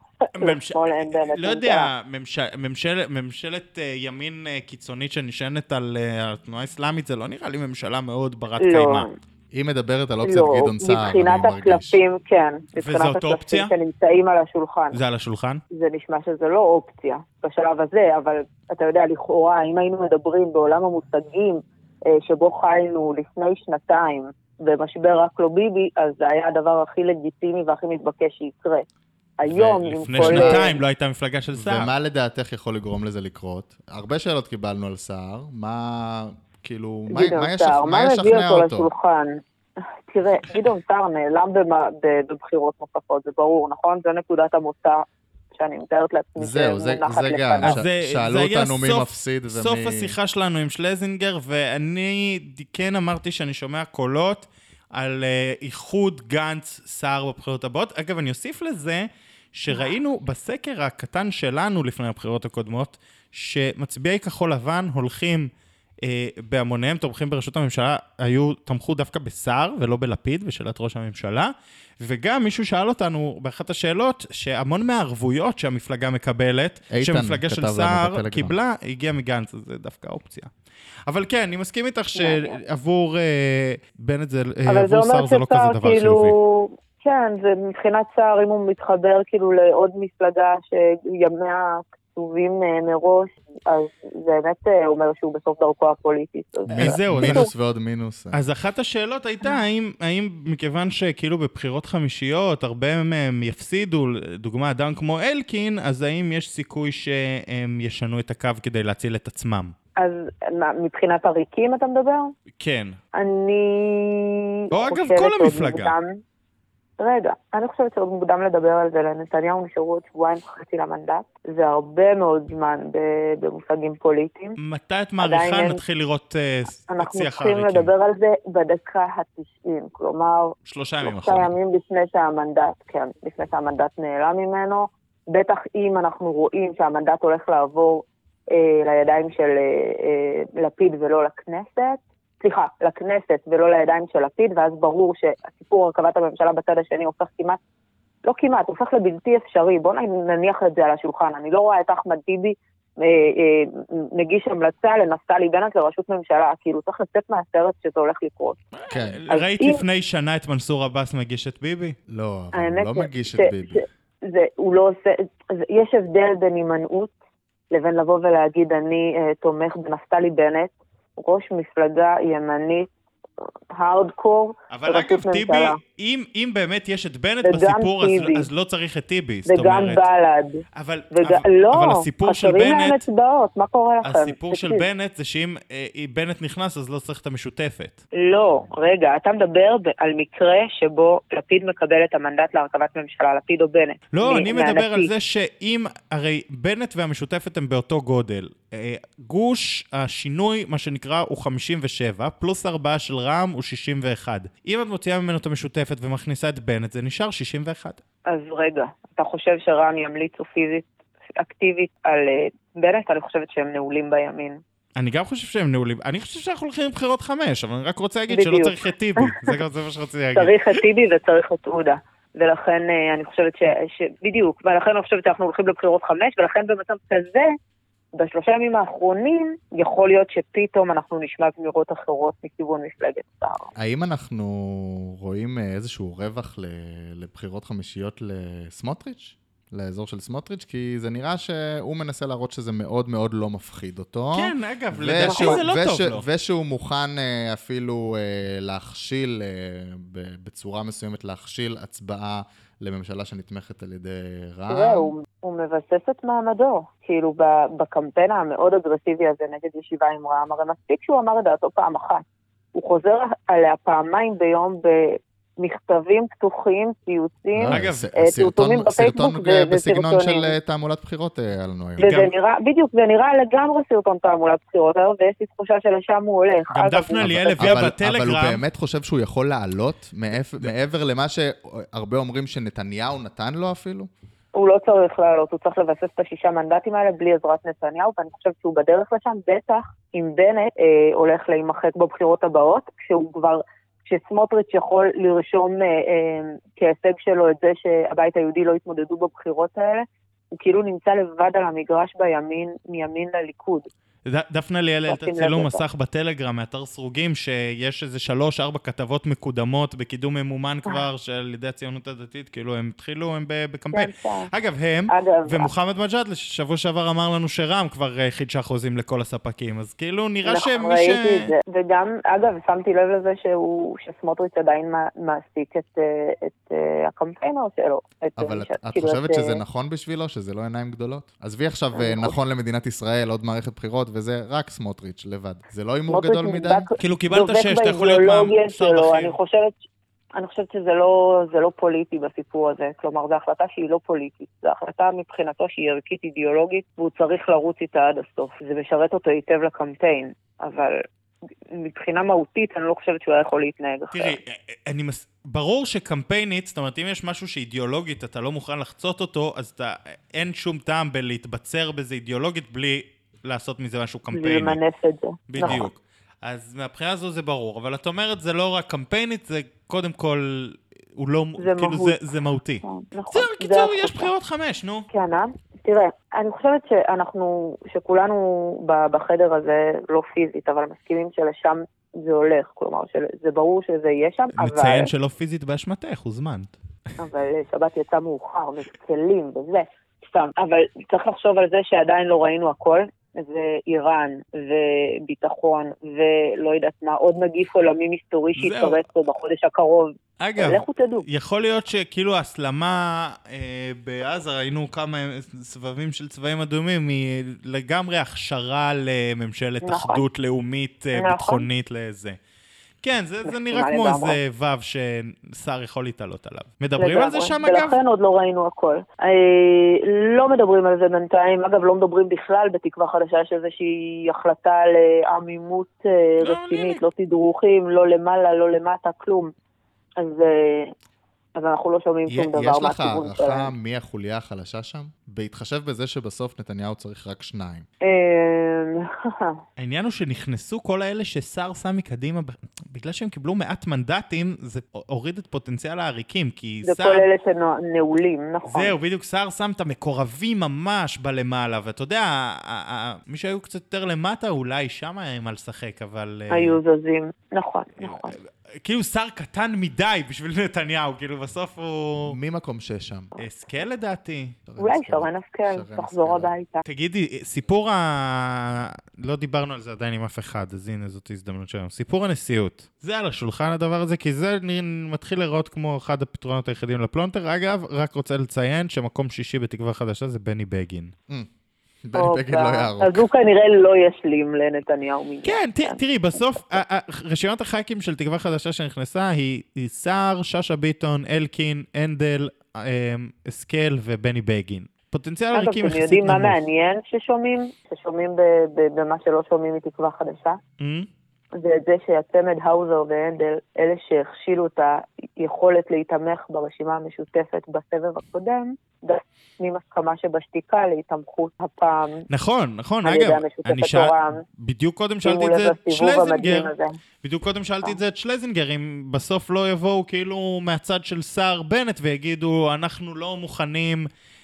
[SPEAKER 2] לא יודע, ממשלת ימין קיצונית שנשענת על התנועה האסלאמית, זה לא נראה לי ממשלה מאוד ברת קיימה.
[SPEAKER 1] היא מדברת על אופציית גדעון סער,
[SPEAKER 3] מבחינת הקלפים, כן.
[SPEAKER 2] וזאת אופציה?
[SPEAKER 3] שנמצאים על השולחן.
[SPEAKER 2] זה על השולחן?
[SPEAKER 3] זה נשמע שזה לא אופציה בשלב הזה, אבל אתה יודע, לכאורה, אם היינו מדברים בעולם המושגים שבו חיינו לפני שנתיים, במשבר רק לא ביבי, אז זה היה הדבר הכי לגיטימי והכי מתבקש שיקרה. היום,
[SPEAKER 2] לפני שנתיים לא הייתה מפלגה של סער.
[SPEAKER 1] ומה לדעתך יכול לגרום לזה לקרות? הרבה שאלות קיבלנו על סער, מה... כאילו, מה ישכנע אותו?
[SPEAKER 3] לשולחן? תראה, גדעון סער נעלם בבחירות נוספות, זה ברור, נכון? זו נקודת המוצא שאני מתארת לעצמי.
[SPEAKER 1] זהו, זה גם, שאלו אותנו מי מפסיד ומי...
[SPEAKER 2] סוף השיחה שלנו עם שלזינגר, ואני כן אמרתי שאני שומע קולות על איחוד גנץ סער בבחירות הבאות. אגב, אני אוסיף לזה שראינו בסקר הקטן שלנו לפני הבחירות הקודמות, שמצביעי כחול לבן הולכים בהמוניהם, תומכים בראשות הממשלה, תמכו דווקא בסער ולא בלפיד, בשאלת ראש הממשלה, וגם מישהו שאל אותנו באחת השאלות, שהמון מהערבויות שהמפלגה מקבלת, שמפלגה של סער קיבלה, הגיעה מגנץ, אז זה דווקא אופציה. אבל כן, אני מסכים איתך שעבור בנט זה, עבור סער זה לא כזה דבר חיובי.
[SPEAKER 3] כן, זה מבחינת סער, אם הוא מתחבר כאילו לעוד מפלגה שימיה כתובים מראש, אז זה באמת אומר שהוא בסוף דרכו הפוליטית.
[SPEAKER 1] מינוס ועוד מינוס.
[SPEAKER 2] אז אחת השאלות הייתה, האם מכיוון שכאילו בבחירות חמישיות, הרבה מהם יפסידו, דוגמה אדם כמו אלקין, אז האם יש סיכוי שהם ישנו את הקו כדי להציל את עצמם?
[SPEAKER 3] אז מבחינת הריקים אתה מדבר?
[SPEAKER 2] כן.
[SPEAKER 3] או
[SPEAKER 2] אגב, כל המפלגה.
[SPEAKER 3] רגע, אני חושבת שעוד מוקדם לדבר על זה, לנתניהו נשארו עוד 2.5 למנדט, זה הרבה מאוד זמן במושגים פוליטיים.
[SPEAKER 2] מתי את מעריכה נתחיל לראות שיח הריקים?
[SPEAKER 3] אנחנו צריכים לדבר על זה בדקה ה-90, כלומר,
[SPEAKER 2] 3 ימים
[SPEAKER 3] לפני שהמנדט, כן, לפני שהמנדט נעלם ממנו, בטח אם אנחנו רואים שהמנדט הולך לעבור לידיים של לפיד ולא לכנסת, סליחה, לכנסת ולא לידיים של לפיד, ואז ברור שהסיפור הרכבת הממשלה בצד השני הופך כמעט, לא כמעט, הופך לבלתי אפשרי. בואו נניח את זה על השולחן. אני לא רואה את אחמד טיבי מגיש המלצה לנפתלי בנט לראשות ממשלה, כאילו צריך לצאת מהסרט שזה הולך לקרות.
[SPEAKER 2] ראית לפני שנה את מנסור עבאס מגיש את ביבי?
[SPEAKER 1] לא, אבל הוא לא מגיש את ביבי.
[SPEAKER 3] הוא לא עושה, יש הבדל בין הימנעות לבין לבוא ולהגיד אני תומך בנפתלי בנט, ראש מפלגה ימנית, הארדקור,
[SPEAKER 2] אבל אגב, טיבי, אם באמת יש את בנט בסיפור, אז לא צריך את טיבי.
[SPEAKER 3] וגם בלד.
[SPEAKER 2] אבל
[SPEAKER 3] לא,
[SPEAKER 2] הסיפור של
[SPEAKER 3] חסרים להם
[SPEAKER 2] בנט,
[SPEAKER 3] אצבעות, מה קורה לכם?
[SPEAKER 2] הסיפור של בנט זה שאם בנט נכנס, אז לא צריך את המשותפת.
[SPEAKER 3] לא, רגע, אתה מדבר על מקרה שבו לפיד מקבל את המנדט להרכבת ממשלה, לפיד או בנט.
[SPEAKER 2] לא, אני מדבר על זה שאם, הרי בנט והמשותפת הם באותו גודל. גוש השינוי, מה שנקרא, הוא 57, פלוס 4 של רע"מ הוא 61. אם את מוציאה ממנו את המשותפת ומכניסה את בנט, זה נשאר 61.
[SPEAKER 3] אז רגע, אתה חושב שרע"מ ימליצו פיזית, אקטיבית על בנט? אני חושבת שהם נעולים בימין.
[SPEAKER 2] אני גם חושב שהם נעולים. אני חושב שאנחנו הולכים עם בחירות 5, אבל אני רק רוצה להגיד שלא צריך את טיבי. זה גם זה מה שרציתי להגיד.
[SPEAKER 3] צריך את טיבי וצריך את עודה. ולכן אני חושבת בדיוק, ולכן אני חושבת שאנחנו הולכים לבחירות 5, ולכן במצב כזה, בשלושה ימים האחרונים, יכול להיות שפתאום אנחנו נשמע גמירות אחרות מכיוון מפלגת סער.
[SPEAKER 1] האם אנחנו רואים איזשהו רווח לבחירות חמישיות לסמוטריץ'? לאזור של סמוטריץ'? כי זה נראה שהוא מנסה להראות שזה מאוד מאוד לא מפחיד אותו.
[SPEAKER 2] כן, אגב, לדעתי זה לא טוב לו.
[SPEAKER 1] ושהוא מוכן אפילו להכשיל, בצורה מסוימת להכשיל הצבעה לממשלה שנתמכת על ידי רע"מ.
[SPEAKER 3] הוא מבסס את מעמדו, כאילו בקמפיין המאוד אגרסיבי הזה נגד ישיבה עם רע"מ, הרי מספיק שהוא אמר את דעתו פעם אחת. הוא חוזר עליה פעמיים ביום במכתבים פתוחים, ציוצים, פרסומים בפייסבוק
[SPEAKER 1] בסגנון של תעמולת בחירות היה לנו היום.
[SPEAKER 3] וזה נראה, בדיוק, זה נראה לגמרי סרטון תעמולת בחירות היום, ויש לי תחושה שלשם הוא הולך.
[SPEAKER 2] גם דפנה ליאל הביאה בטלגרם.
[SPEAKER 1] אבל הוא באמת חושב שהוא יכול לעלות מעבר למה שהרבה אומרים שנתניהו נתן לו אפילו?
[SPEAKER 3] הוא לא צריך לעלות, הוא צריך לבסס את 6 מנדטים האלה בלי עזרת נתניהו, ואני חושבת שהוא בדרך לשם, בטח אם בנט הולך להימחק בבחירות הבאות, כשסמוטריץ' יכול לרשום כהישג שלו את זה שהבית היהודי לא יתמודדו בבחירות האלה, הוא כאילו נמצא לבד על המגרש בימין, מימין לליכוד.
[SPEAKER 2] דפנה ליאל העלתה צילום מסך בטלגרם מאתר סרוגים, שיש איזה 3-4 כתבות מקודמות בקידום ממומן כבר של ידי הציונות הדתית, כאילו הם התחילו, הם בקמפיין. אגב, הם ומוחמד מג'אדלה, שבוע שעבר אמר לנו שרע"מ כבר חידשה חוזים לכל הספקים, אז כאילו נראה שמי ש...
[SPEAKER 3] וגם, אגב, שמתי לב לזה שסמוטריץ' עדיין מעסיק את הקמפיינר שלו.
[SPEAKER 1] אבל את חושבת שזה נכון בשבילו, שזה לא עיניים גדולות? עזבי עכשיו נכון למדינת ישראל, עוד מערכת בחירות, וזה רק סמוטריץ' לבד. זה לא אימור גדול מדי?
[SPEAKER 2] כאילו קיבלת 6, אתה יכול להיות פעם שר בכיר.
[SPEAKER 3] אני חושבת שזה לא פוליטי בסיפור הזה. כלומר, זו החלטה שהיא לא פוליטית. זו החלטה מבחינתו שהיא ערכית אידיאולוגית, והוא צריך לרוץ איתה עד הסוף. זה משרת אותו היטב לקמפיין, אבל מבחינה מהותית אני לא חושבת שהוא היה יכול להתנהג אחר.
[SPEAKER 2] תראי, ברור שקמפיינית, זאת אומרת, אם יש משהו שאידיאולוגית אתה לא מוכן לחצות אותו, אז אין שום טעם בלהתבצר בזה אידיאולוגית בלי לעשות מזה משהו קמפייני.
[SPEAKER 3] למנף את זה.
[SPEAKER 2] בדיוק.
[SPEAKER 3] נכון.
[SPEAKER 2] אז מהבחינה הזו זה ברור, אבל את אומרת זה לא רק קמפיינית, זה קודם כל, הוא לא,
[SPEAKER 3] זה
[SPEAKER 2] כאילו
[SPEAKER 3] מהות.
[SPEAKER 2] זה מהותי.
[SPEAKER 3] נכון.
[SPEAKER 2] זהו, קיצור, יש בחירות 5, נו.
[SPEAKER 3] כן, תראה, אני חושבת שכולנו בחדר הזה, לא פיזית, אבל מסכימים שלשם זה הולך, כלומר, זה ברור שזה יהיה שם, אבל...
[SPEAKER 2] מציין שלא פיזית באשמתך, הוזמנת.
[SPEAKER 3] אבל שבת יצא מאוחר, מתקלים וזה, סתם. אבל צריך לחשוב על זה שעדיין לא ראינו הכל, זה איראן וביטחון ולא יודעת מה, עוד נגיף עולמי מסתורי שיתפרץ פה בחודש הקרוב.
[SPEAKER 2] אגב,
[SPEAKER 3] לכו תדעו.
[SPEAKER 2] יכול להיות שכאילו ההסלמה בעזה, ראינו כמה סבבים של צבעים אדומים, היא לגמרי הכשרה לממשלת אחדות לאומית ביטחונית לזה. כן, זה נראה כמו איזה וו ששר יכול להתעלות עליו. מדברים על זה שם אגב?
[SPEAKER 3] ולכן עוד לא ראינו הכל. לא מדברים על זה בינתיים, אגב לא מדברים בכלל בתקווה חדשה שאיזושהי החלטה לעמימות רצינית, לא תדרוכים, לא למעלה, לא למטה, כלום. אז אנחנו לא שומעים שום דבר מהכיוון שלהם.
[SPEAKER 1] יש לך הערכה מי החוליה החלשה שם? בהתחשב בזה שבסוף נתניהו צריך רק 2.
[SPEAKER 2] העניין הוא שנכנסו כל האלה ששר שם מקדימה, בגלל שהם קיבלו מעט מנדטים, זה הוריד את פוטנציאל העריקים, כי
[SPEAKER 5] זה כל אלה שנעולים, נכון.
[SPEAKER 2] זהו, בדיוק שר שם את המקורבים ממש בלמעלה, ואתה יודע, מי שהיו קצת יותר למטה, אולי שם הם על שחק, אבל...
[SPEAKER 5] היו זזים, נכון, נכון.
[SPEAKER 2] כאילו שר קטן מדי בשביל נתניהו, כאילו בסוף הוא...
[SPEAKER 1] ממקום 6 שם.
[SPEAKER 2] השכל לדעתי.
[SPEAKER 5] אולי שרן השכל, תחזור הביתה.
[SPEAKER 2] תגידי, לא דיברנו על זה עדיין עם אף אחד, אז הנה זאת הזדמנות שלנו. סיפור הנשיאות. זה על השולחן הדבר הזה, כי זה מתחיל לראות כמו אחד הפתרונות היחידים לפלונטר. אגב, רק רוצה לציין שמקום 6 בתקווה חדשה זה בני בגין.
[SPEAKER 1] בני בגין לא יערוק.
[SPEAKER 5] אז הוא כנראה לא ישלים לנתניהו מיני.
[SPEAKER 2] כן, תראי, בסוף, רשימת הח"כים של תקווה חדשה שנכנסה היא שר, שאשא ביטון, אלקין, הנדל, השכל ובני בגין. פוטנציאל עריקים יחסית נמוך.
[SPEAKER 5] אתם יודעים מה מעניין ששומעים במה שלא שומעים מתקווה חדשה? זה את זה שהצמד האוזר והנדל, אלה שהכשילו את היכולת להתמך ברשימה המשותפת בסבב הקודם, דסנים הסכמה שבשתיקה להתמכות הפעם.
[SPEAKER 2] נכון. אגב, בדיוק קודם שאלתי את זה את שלזינגר. בדיוק קודם שאלתי את זה את שלזינגר, אם בסוף לא יבואו כאילו מהצד של שר בנט ויגידו, אנחנו לא מוכנים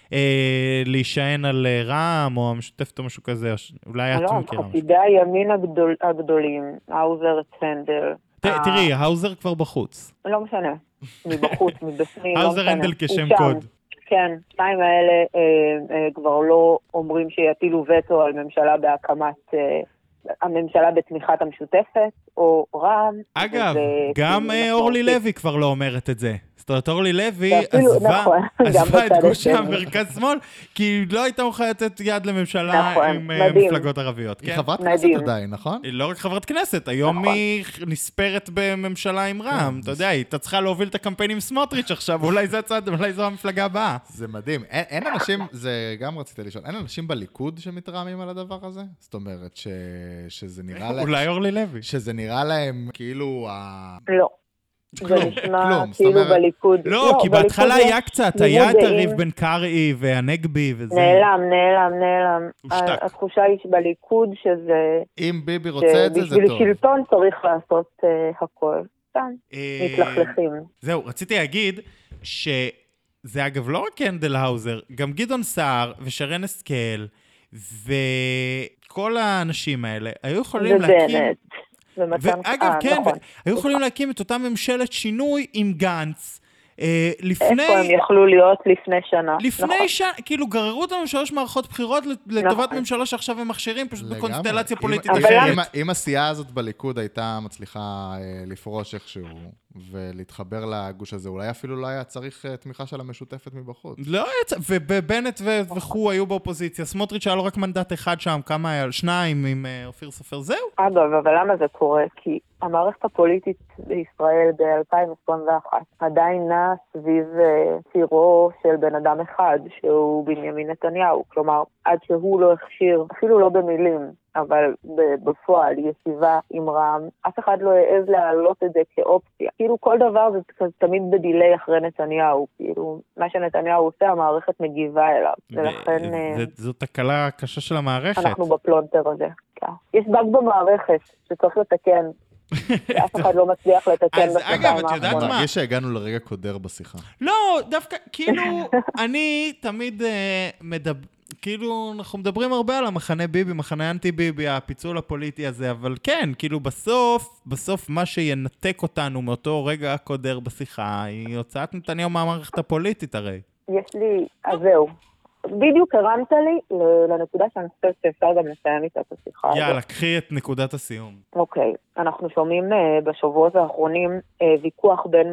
[SPEAKER 2] להישען על רע"מ או המשותפת או משהו כזה, אולי את מכירה משהו.
[SPEAKER 5] חסידי הימין הגדולים, האוזר, הנדל.
[SPEAKER 2] תראי, האוזר כבר בחוץ.
[SPEAKER 5] לא משנה, מבחוץ, מבפנים, לא משנה.
[SPEAKER 2] האוזר הנדל כשם קוד.
[SPEAKER 5] כן, שניים האלה כבר לא אומרים שיטילו וטו על ממשלה בהקמת, הממשלה בתמיכת המשותפת, או רע"מ.
[SPEAKER 2] אגב, גם אורלי לוי כבר לא אומרת את זה. זאת אומרת, אורלי לוי עזבה את גוש המרכז שמאל, כי היא לא הייתה מוכנה לתת יד לממשלה עם מפלגות ערביות.
[SPEAKER 1] היא חברת כנסת עדיין, נכון?
[SPEAKER 2] היא לא רק חברת כנסת, היום היא נספרת בממשלה עם רע"מ. אתה יודע, היא צריכה להוביל את הקמפיין עם סמוטריץ' עכשיו, אולי זה הצד, אולי זו המפלגה הבאה.
[SPEAKER 1] זה מדהים. אין אנשים, זה גם רציתי לשאול, אין אנשים בליכוד שמתרעמים על הדבר הזה? זאת אומרת, שזה נראה להם...
[SPEAKER 2] אולי אורלי לוי.
[SPEAKER 1] שזה נראה להם כאילו...
[SPEAKER 5] לא. זה נשמע כאילו בליכוד.
[SPEAKER 2] לא, כי בהתחלה היה קצת, היה את הריב בין קרעי והנגבי וזה.
[SPEAKER 5] נעלם. התחושה היא שבליכוד שזה...
[SPEAKER 1] אם ביבי רוצה את זה, זה טוב.
[SPEAKER 5] בשביל שלטון צריך לעשות הכל. מתלכלכים.
[SPEAKER 2] זהו, רציתי להגיד שזה אגב לא רק הנדל האוזר, גם גדעון סער ושרן השכל וכל האנשים האלה היו יכולים להקים... ואגב, כן, היו יכולים להקים את אותה ממשלת שינוי עם גנץ, לפני...
[SPEAKER 5] איפה הם יכלו להיות לפני שנה?
[SPEAKER 2] לפני שנה, כאילו גררו אותנו 3 מערכות בחירות לטובת ממשלה שעכשיו הם מכשירים, פשוט בקונסטלציה פוליטית אחרת.
[SPEAKER 1] אם הסיעה הזאת בליכוד הייתה מצליחה לפרוש איכשהו, ולהתחבר לגוש הזה, אולי אפילו לא היה צריך תמיכה של המשותפת מבחוץ.
[SPEAKER 2] לא, ובנט וכו היו באופוזיציה, סמוטריץ' היה לו רק מנדט אחד שם, כמה היה? 2 עם אופיר סופר, זהו.
[SPEAKER 5] אגב, אבל למה זה קורה? כי המערכת הפוליטית בישראל ב-2021 עדיין נע סביב צירו של בן אדם אחד, שהוא בנימין נתניהו. כלומר, עד שהוא לא הכשיר, אפילו לא במילים, אבל בפועל ישיבה עם רע"מ, אף אחד לא העז להעלות את זה כאופציה. כאילו כל דבר זה תמיד בדילי אחרי נתניהו. כאילו מה שנתניהו עושה, המערכת מגיבה אליו. ולכן...
[SPEAKER 2] זאת תקלה קשה של המערכת.
[SPEAKER 5] אנחנו בפלונטר הזה. יש באג במערכת שצריך לתקן. אף אחד לא מצליח לתקן בשיחה.
[SPEAKER 2] אגב, את יודעת מה?
[SPEAKER 1] אני מרגיש שהגענו לרגע קודר בשיחה.
[SPEAKER 2] לא, דווקא, כאילו, אני תמיד כאילו, אנחנו מדברים הרבה על המחנה ביבי, מחנה אנטי ביבי, הפיצול הפוליטי הזה, אבל כן, כאילו בסוף מה שינתק אותנו מאותו רגע קודר בשיחה, היא הוצאת נתניהו מהמערכת הפוליטית הרי.
[SPEAKER 5] יש לי, אז זהו. בדיוק הרמת לי לנקודה שאני חושבת שאפשר גם לסיים איתה את השיחה.
[SPEAKER 2] יאללה, קחי את נקודת הסיום.
[SPEAKER 5] אוקיי, אנחנו שומעים בשבועות האחרונים ויכוח בין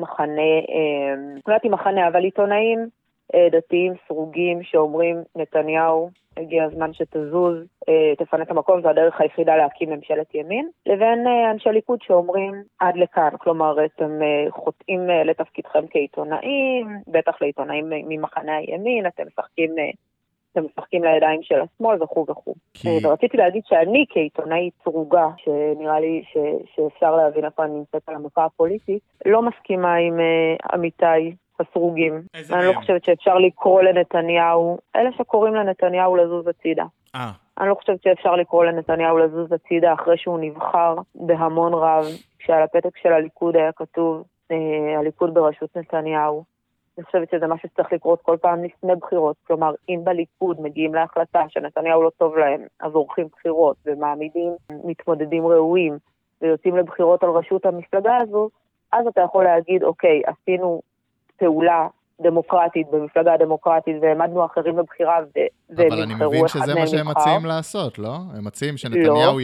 [SPEAKER 5] מחנה, אבל עיתונאים דתיים סרוגים שאומרים נתניהו, הגיע הזמן שתזוז, תפנה את המקום, זו הדרך היחידה להקים ממשלת ימין, לבין אנשי ליכוד שאומרים עד לכאן, כלומר אתם חוטאים לתפקידכם כעיתונאים, בטח לעיתונאים ממחנה הימין, אתם משחקים לידיים של השמאל וכו' וכו'. ורציתי להגיד שאני כעיתונאית סרוגה, שנראה לי שאפשר להבין איפה אני נמצאת על המפה הפוליטית, לא מסכימה עם עמיתי הסרוגים. אני לא חושבת שאפשר לקרוא לנתניהו, אלה שקוראים לנתניהו לזוז הצידה. אני לא חושבת שאפשר לקרוא לנתניהו לזוז הצידה אחרי שהוא נבחר בהמון רב, כשעל הפתק של הליכוד היה כתוב, הליכוד בראשות נתניהו. אני חושבת שזה משהו שצריך לקרות כל פעם לפני בחירות. כלומר, אם בליכוד מגיעים להחלטה שנתניהו לא טוב להם, אז עורכים בחירות ומעמידים מתמודדים ראויים ויוצאים לבחירות על ראשות המפלגה הזו, אז אתה יכול להגיד, אוקיי, עשינו פעולה דמוקרטית במפלגה דמוקרטית, והעמדנו אחרים בבחירה, והם נבחרו אחד מהם נבחר.
[SPEAKER 1] אבל אני מבין שזה מה שהם מציעים לעשות, לא? הם מציעים שנתניהו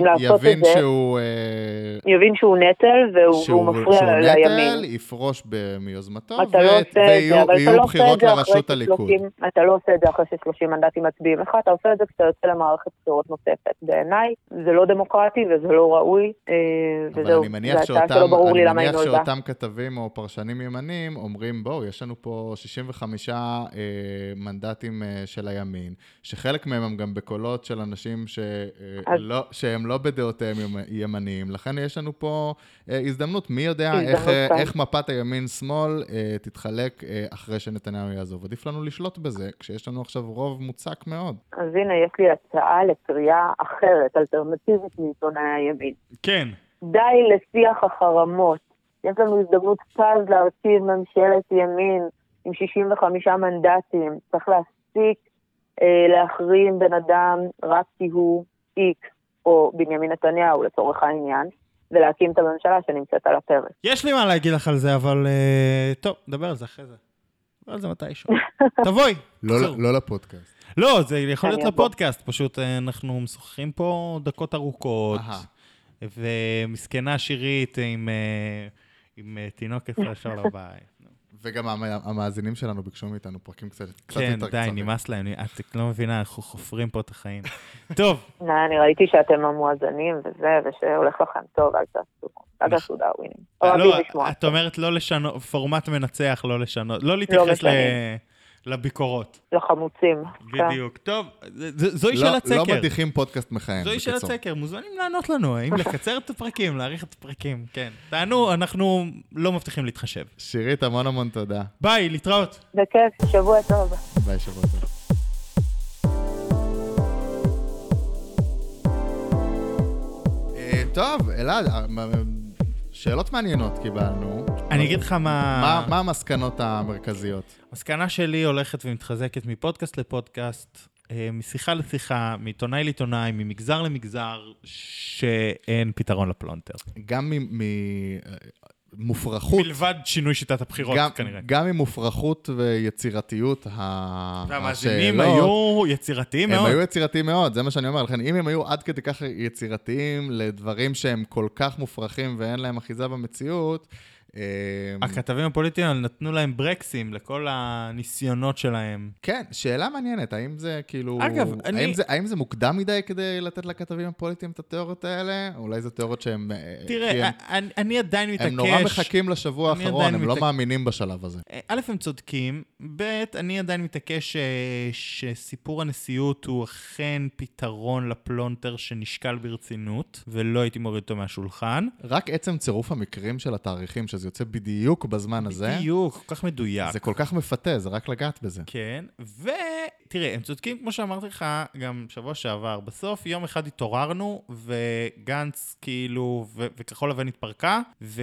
[SPEAKER 1] יבין
[SPEAKER 5] שהוא נטל, והוא מפריע לימין.
[SPEAKER 1] שהוא נטל, יפרוש מיוזמתו, ויהיו בחירות לראשות הליכוד.
[SPEAKER 5] אתה לא עושה את זה אחרי ש30 מנדטים מצביעים לך, אתה עושה את זה כשאתה יוצא למערכת בחירות נוספת. בעיניי, זה לא דמוקרטי וזה לא ראוי,
[SPEAKER 1] אבל אני מניח שאותם כתבים או פרשנים ימנים אומרים, בואו, יש לנו פה 65 מנדטים של הימין, שחלק מהם הם גם בקולות של אנשים שהם לא בדעותיהם ימניים, לכן יש לנו פה הזדמנות, מי יודע איך מפת הימין-שמאל תתחלק אחרי שנתניהו יעזוב. עדיף לנו לשלוט בזה, כשיש לנו עכשיו רוב מוצק מאוד.
[SPEAKER 5] אז הנה, יש לי הצעה לקריאה אחרת, אלטרנטיבית מעיתונאי הימין.
[SPEAKER 2] כן.
[SPEAKER 5] די לשיח החרמות. יש לנו הזדמנות פז להרכיב ממשלת ימין עם 65 מנדטים. צריך להפסיק להחרים בן אדם רק כי הוא איקס או בנימין נתניהו לצורך העניין, ולהקים את הממשלה שנמצאת על הפרק.
[SPEAKER 2] יש לי מה להגיד לך על זה, אבל טוב, נדבר על זה אחרי זה. נדבר על זה מתישהו. תבואי.
[SPEAKER 1] לא לפודקאסט.
[SPEAKER 2] לא, זה יכול להיות לפודקאסט, פשוט אנחנו משוחחים פה דקות ארוכות, ומסכנה שירית עם תינוקת ישר לבית.
[SPEAKER 1] וגם המאזינים שלנו ביקשו מאיתנו פרקים קצת יותר
[SPEAKER 2] קצרים. כן, די, נמאס להם, את לא מבינה, אנחנו חופרים פה את החיים. טוב.
[SPEAKER 5] אני ראיתי שאתם המואזנים וזה, ושהולך לכם טוב, אל תעשו דאווינים.
[SPEAKER 2] לא, את אומרת לא לשנות, פורמט מנצח, לא לשנות, לא להתייחס לביקורות.
[SPEAKER 5] לחמוצים.
[SPEAKER 2] בדיוק. טוב, זוהי שאלת סקר.
[SPEAKER 1] לא מדיחים פודקאסט מכהן.
[SPEAKER 2] זוהי שאלת סקר. מוזמנים לענות לנו, האם לקצר את הפרקים, להאריך את הפרקים. כן. תענו, אנחנו לא מבטיחים להתחשב.
[SPEAKER 1] שירית, המון תודה.
[SPEAKER 2] ביי, להתראות.
[SPEAKER 5] בכיף, שבוע טוב.
[SPEAKER 1] ביי, שבוע טוב. טוב, אלעד, שאלות מעניינות קיבלנו.
[SPEAKER 2] אני אגיד לך מה
[SPEAKER 1] המסקנות המרכזיות?
[SPEAKER 2] המסקנה שלי הולכת ומתחזקת מפודקאסט לפודקאסט, משיחה לשיחה, מעיתונאי לעיתונאי, ממגזר למגזר, שאין פתרון לפלונטר.
[SPEAKER 1] גם מופרכות.
[SPEAKER 2] מלבד שינוי שיטת הבחירות, כנראה.
[SPEAKER 1] גם עם מופרכות ויצירתיות
[SPEAKER 2] והמאזינים היו יצירתיים מאוד.
[SPEAKER 1] הם היו יצירתיים מאוד, זה מה שאני אומר. לכן, אם הם היו עד כדי כך יצירתיים לדברים שהם כל כך מופרכים ואין להם אחיזה במציאות,
[SPEAKER 2] הכתבים הפוליטיים נתנו להם ברקסים לכל הניסיונות שלהם.
[SPEAKER 1] כן, שאלה מעניינת, האם זה כאילו... אגב, האם זה מוקדם מדי כדי לתת לכתבים הפוליטיים את התיאוריות האלה? אולי זה תיאוריות שהם...
[SPEAKER 2] תראה, אני עדיין מתעקש...
[SPEAKER 1] הם נורא מחכים לשבוע האחרון, הם לא מאמינים בשלב הזה.
[SPEAKER 2] א', הם צודקים, ב', אני עדיין מתעקש שסיפור הנשיאות הוא אכן פתרון לפלונטר שנשקל ברצינות, ולא הייתי מוריד אותו מהשולחן.
[SPEAKER 1] רק עצם צירוף המקרים של התאריכים, שזה יוצא בדיוק בזמן הזה.
[SPEAKER 2] בדיוק, כל כך מדויק.
[SPEAKER 1] זה כל כך מפתה, זה רק לגעת בזה.
[SPEAKER 2] כן, ותראה, הם צודקים, כמו שאמרתי לך, גם שבוע שעבר, בסוף יום אחד התעוררנו, וגנץ כאילו, וכחול לבן התפרקה,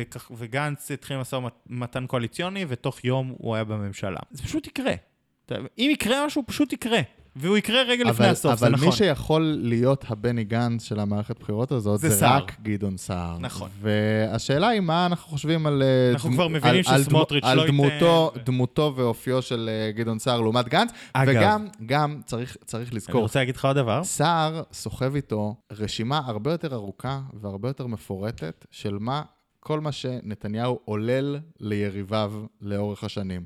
[SPEAKER 2] וגנץ התחיל משא ומתן קואליציוני, ותוך יום הוא היה בממשלה. זה פשוט יקרה. אם יקרה משהו, פשוט יקרה. והוא יקרה רגע לפני הסוף, זה נכון.
[SPEAKER 1] אבל מי שיכול להיות הבני גנץ של המערכת בחירות הזאת, זה רק גדעון סער.
[SPEAKER 2] נכון.
[SPEAKER 1] והשאלה היא מה אנחנו חושבים על...
[SPEAKER 2] אנחנו כבר מבינים שסמוטריץ' לא ייתן...
[SPEAKER 1] על דמותו ואופיו של גדעון סער לעומת גנץ, וגם צריך לזכור.
[SPEAKER 2] אני רוצה להגיד לך עוד דבר.
[SPEAKER 1] סער סוחב איתו רשימה הרבה יותר ארוכה והרבה יותר מפורטת של כל מה שנתניהו עולל ליריביו לאורך השנים.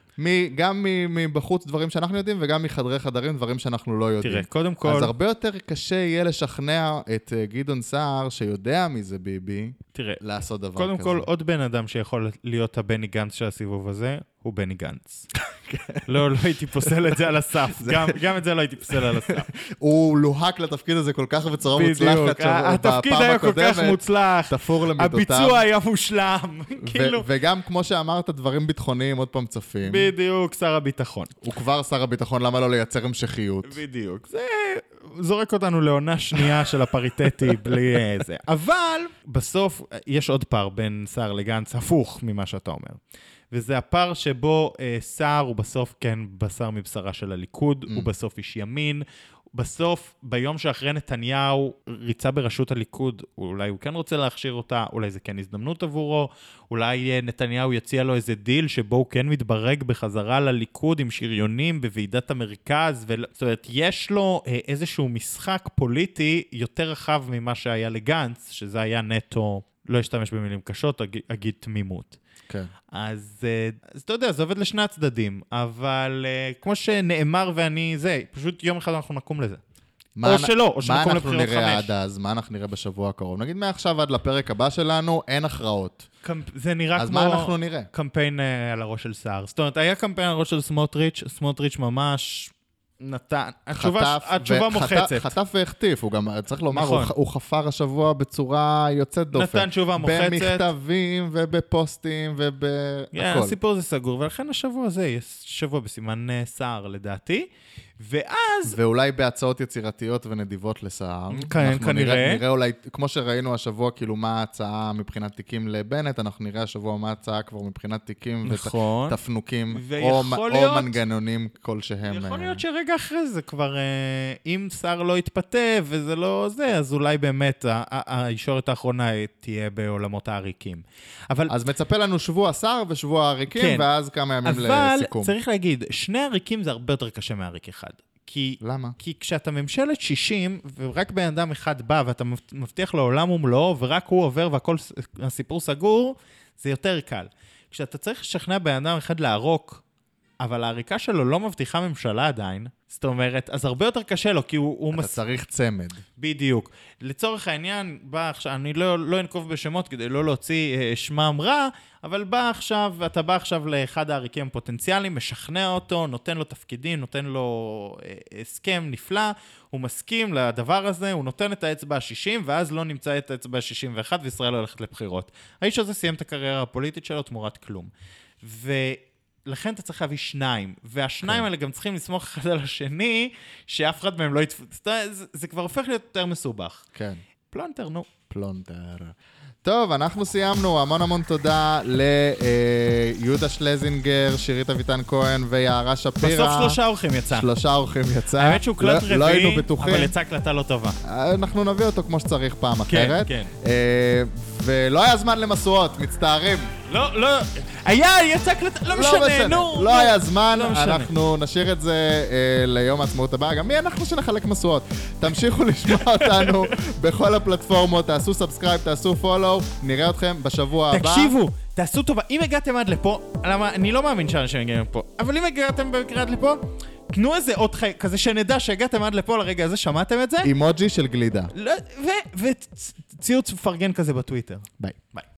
[SPEAKER 1] גם מבחוץ דברים שאנחנו יודעים, וגם מחדרי חדרים דברים שאנחנו לא יודעים.
[SPEAKER 2] תראה, קודם כל...
[SPEAKER 1] אז הרבה יותר קשה יהיה לשכנע את גדעון סער, שיודע מי זה ביבי, לעשות דבר כזה.
[SPEAKER 2] קודם כל, עוד בן אדם שיכול להיות הבני גנץ של הסיבוב הזה, הוא בני גנץ. לא הייתי פוסל את זה על הסף. גם את זה לא הייתי פוסל על הסף.
[SPEAKER 1] הוא לוהק לתפקיד הזה כל כך בצורה מוצלחת.
[SPEAKER 2] בדיוק, התפקיד היה כל כך מוצלח.
[SPEAKER 1] תפור למידותיו.
[SPEAKER 2] הביצוע היה מושלם.
[SPEAKER 1] וגם כמו שאמרת, דברים ביטחוניים עוד פעם צפים.
[SPEAKER 2] בדיוק, שר הביטחון.
[SPEAKER 1] הוא כבר שר הביטחון, למה לא לייצר המשכיות?
[SPEAKER 2] בדיוק. זורק אותנו לעונה שנייה של הפריטטי בלי זה. אבל בסוף יש עוד פער בין סער לגנץ, הפוך ממה שאתה אומר. וזה הפער שבו סער הוא בסוף כן בשר מבשרה של הליכוד, הוא בסוף איש ימין, בסוף, ביום שאחרי נתניהו ריצה בראשות הליכוד, אולי הוא כן רוצה להכשיר אותה, אולי זה כן הזדמנות עבורו, אולי נתניהו יציע לו איזה דיל שבו הוא כן מתברג בחזרה לליכוד עם שריונים בוועידת המרכז, זאת אומרת, יש לו איזשהו משחק פוליטי יותר רחב ממה שהיה לגנץ, שזה היה נטו, לא אשתמש במילים קשות, אגיד תמימות.
[SPEAKER 1] כן.
[SPEAKER 2] אז אתה יודע, זה עובד לשני הצדדים, אבל כמו שנאמר ואני פשוט יום אחד אנחנו נקום לזה. או שלא, או שנקום לבחירות 5.
[SPEAKER 1] מה אנחנו נראה עד אז? מה אנחנו נראה בשבוע הקרוב? נגיד מעכשיו עד לפרק הבא שלנו, אין הכרעות.
[SPEAKER 2] זה נראה
[SPEAKER 1] אז
[SPEAKER 2] כמו
[SPEAKER 1] מה אנחנו נראה?
[SPEAKER 2] קמפיין על הראש של סער. זאת אומרת, היה קמפיין על הראש של סמוטריץ' ממש נתן, התשובה מוחצת.
[SPEAKER 1] חטף והחטיף, הוא גם, צריך לומר,
[SPEAKER 2] נכון.
[SPEAKER 1] הוא חפר השבוע בצורה יוצאת דופן.
[SPEAKER 2] נתן תשובה מוחצת.
[SPEAKER 1] במכתבים ובפוסטים ובהכל.
[SPEAKER 2] הסיפור זה סגור, ולכן השבוע הזה, יש שבוע בסימן סער לדעתי, ואז...
[SPEAKER 1] ואולי בהצעות יצירתיות ונדיבות לסער.
[SPEAKER 2] כן, כנראה.
[SPEAKER 1] נראה אולי, כמו שראינו השבוע, כאילו מה ההצעה מבחינת תיקים לבנט, אנחנו נראה השבוע מה ההצעה כבר מבחינת תיקים
[SPEAKER 2] נכון.
[SPEAKER 1] ותפנוקים,
[SPEAKER 2] או
[SPEAKER 1] מנגנונים כלשהם.
[SPEAKER 2] יכול להיות שרגע אחרי זה כבר, אם שר לא יתפתה וזה לא זה, אז אולי באמת הישורת האחרונה תהיה בעולמות העריקים.
[SPEAKER 1] אז מצפה לנו שבוע שר ושבוע העריקים, כן. ואז כמה ימים לסיכום.
[SPEAKER 2] אבל צריך להגיד, שני העריקים זה הרבה יותר קשה מהעריק אחד.
[SPEAKER 1] למה?
[SPEAKER 2] כי כשאתה ממשלת 60, ורק בן אדם אחד בא, ואתה מבטיח לו עולם ומלואו, ורק הוא עובר והכל הסיפור סגור, זה יותר קל. כשאתה צריך לשכנע בן אדם אחד לערוק, אבל העריקה שלו לא מבטיחה ממשלה עדיין, זאת אומרת, אז הרבה יותר קשה לו, כי הוא...
[SPEAKER 1] אתה צריך צמד.
[SPEAKER 2] בדיוק. לצורך העניין, אני לא אנקוב בשמות כדי לא להוציא שמם רע, אבל אתה בא עכשיו לאחד העריקים הפוטנציאליים, משכנע אותו, נותן לו תפקידים, נותן לו הסכם נפלא, הוא מסכים לדבר הזה, הוא נותן את האצבע ה-60, ואז לא נמצא את האצבע ה-61, וישראל הולכת לבחירות. האיש הזה סיים את הקריירה הפוליטית שלו תמורת כלום. לכן אתה צריך להביא שניים, והשניים האלה גם צריכים לסמוך אחד על השני, שאף אחד מהם לא יתפוס. זה כבר הופך להיות יותר מסובך.
[SPEAKER 1] כן.
[SPEAKER 2] פלונטר, נו.
[SPEAKER 1] פלונטר. טוב, אנחנו סיימנו. המון תודה ליהודה שלזינגר, שירית אביטן כהן ויערה שפירא.
[SPEAKER 2] בסוף 3 אורחים יצא.
[SPEAKER 1] 3 אורחים יצא.
[SPEAKER 2] האמת שהוא קלט רביעי,
[SPEAKER 1] בטוחים.
[SPEAKER 2] אבל יצא קלטה לא טובה.
[SPEAKER 1] אנחנו נביא אותו כמו שצריך פעם אחרת.
[SPEAKER 2] כן.
[SPEAKER 1] ולא היה זמן למסורות, מצטערים.
[SPEAKER 2] לא. יצא קלטה, לא משנה, נו.
[SPEAKER 1] לא היה זמן, אנחנו נשאיר את זה ליום העצמאות הבא. גם מי אנחנו שנחלק מסורות? תמשיכו לשמוע אותנו בכל הפלטפורמות, תעשו סאבסקרייב, תעשו פולו, נראה אתכם בשבוע הבא.
[SPEAKER 2] תקשיבו, תעשו טובה. אם הגעתם עד לפה, אני לא מאמין שאנשים הגעתם לפה, אבל אם הגעתם במקרה עד לפה, תנו איזה עוד חי, כזה שנדע שהגעתם עד לפה לרגע הזה, שמעתם את זה?
[SPEAKER 1] אימוג'י של גלידה.
[SPEAKER 2] וציוץ פרגן כזה בטוויטר.
[SPEAKER 1] ביי.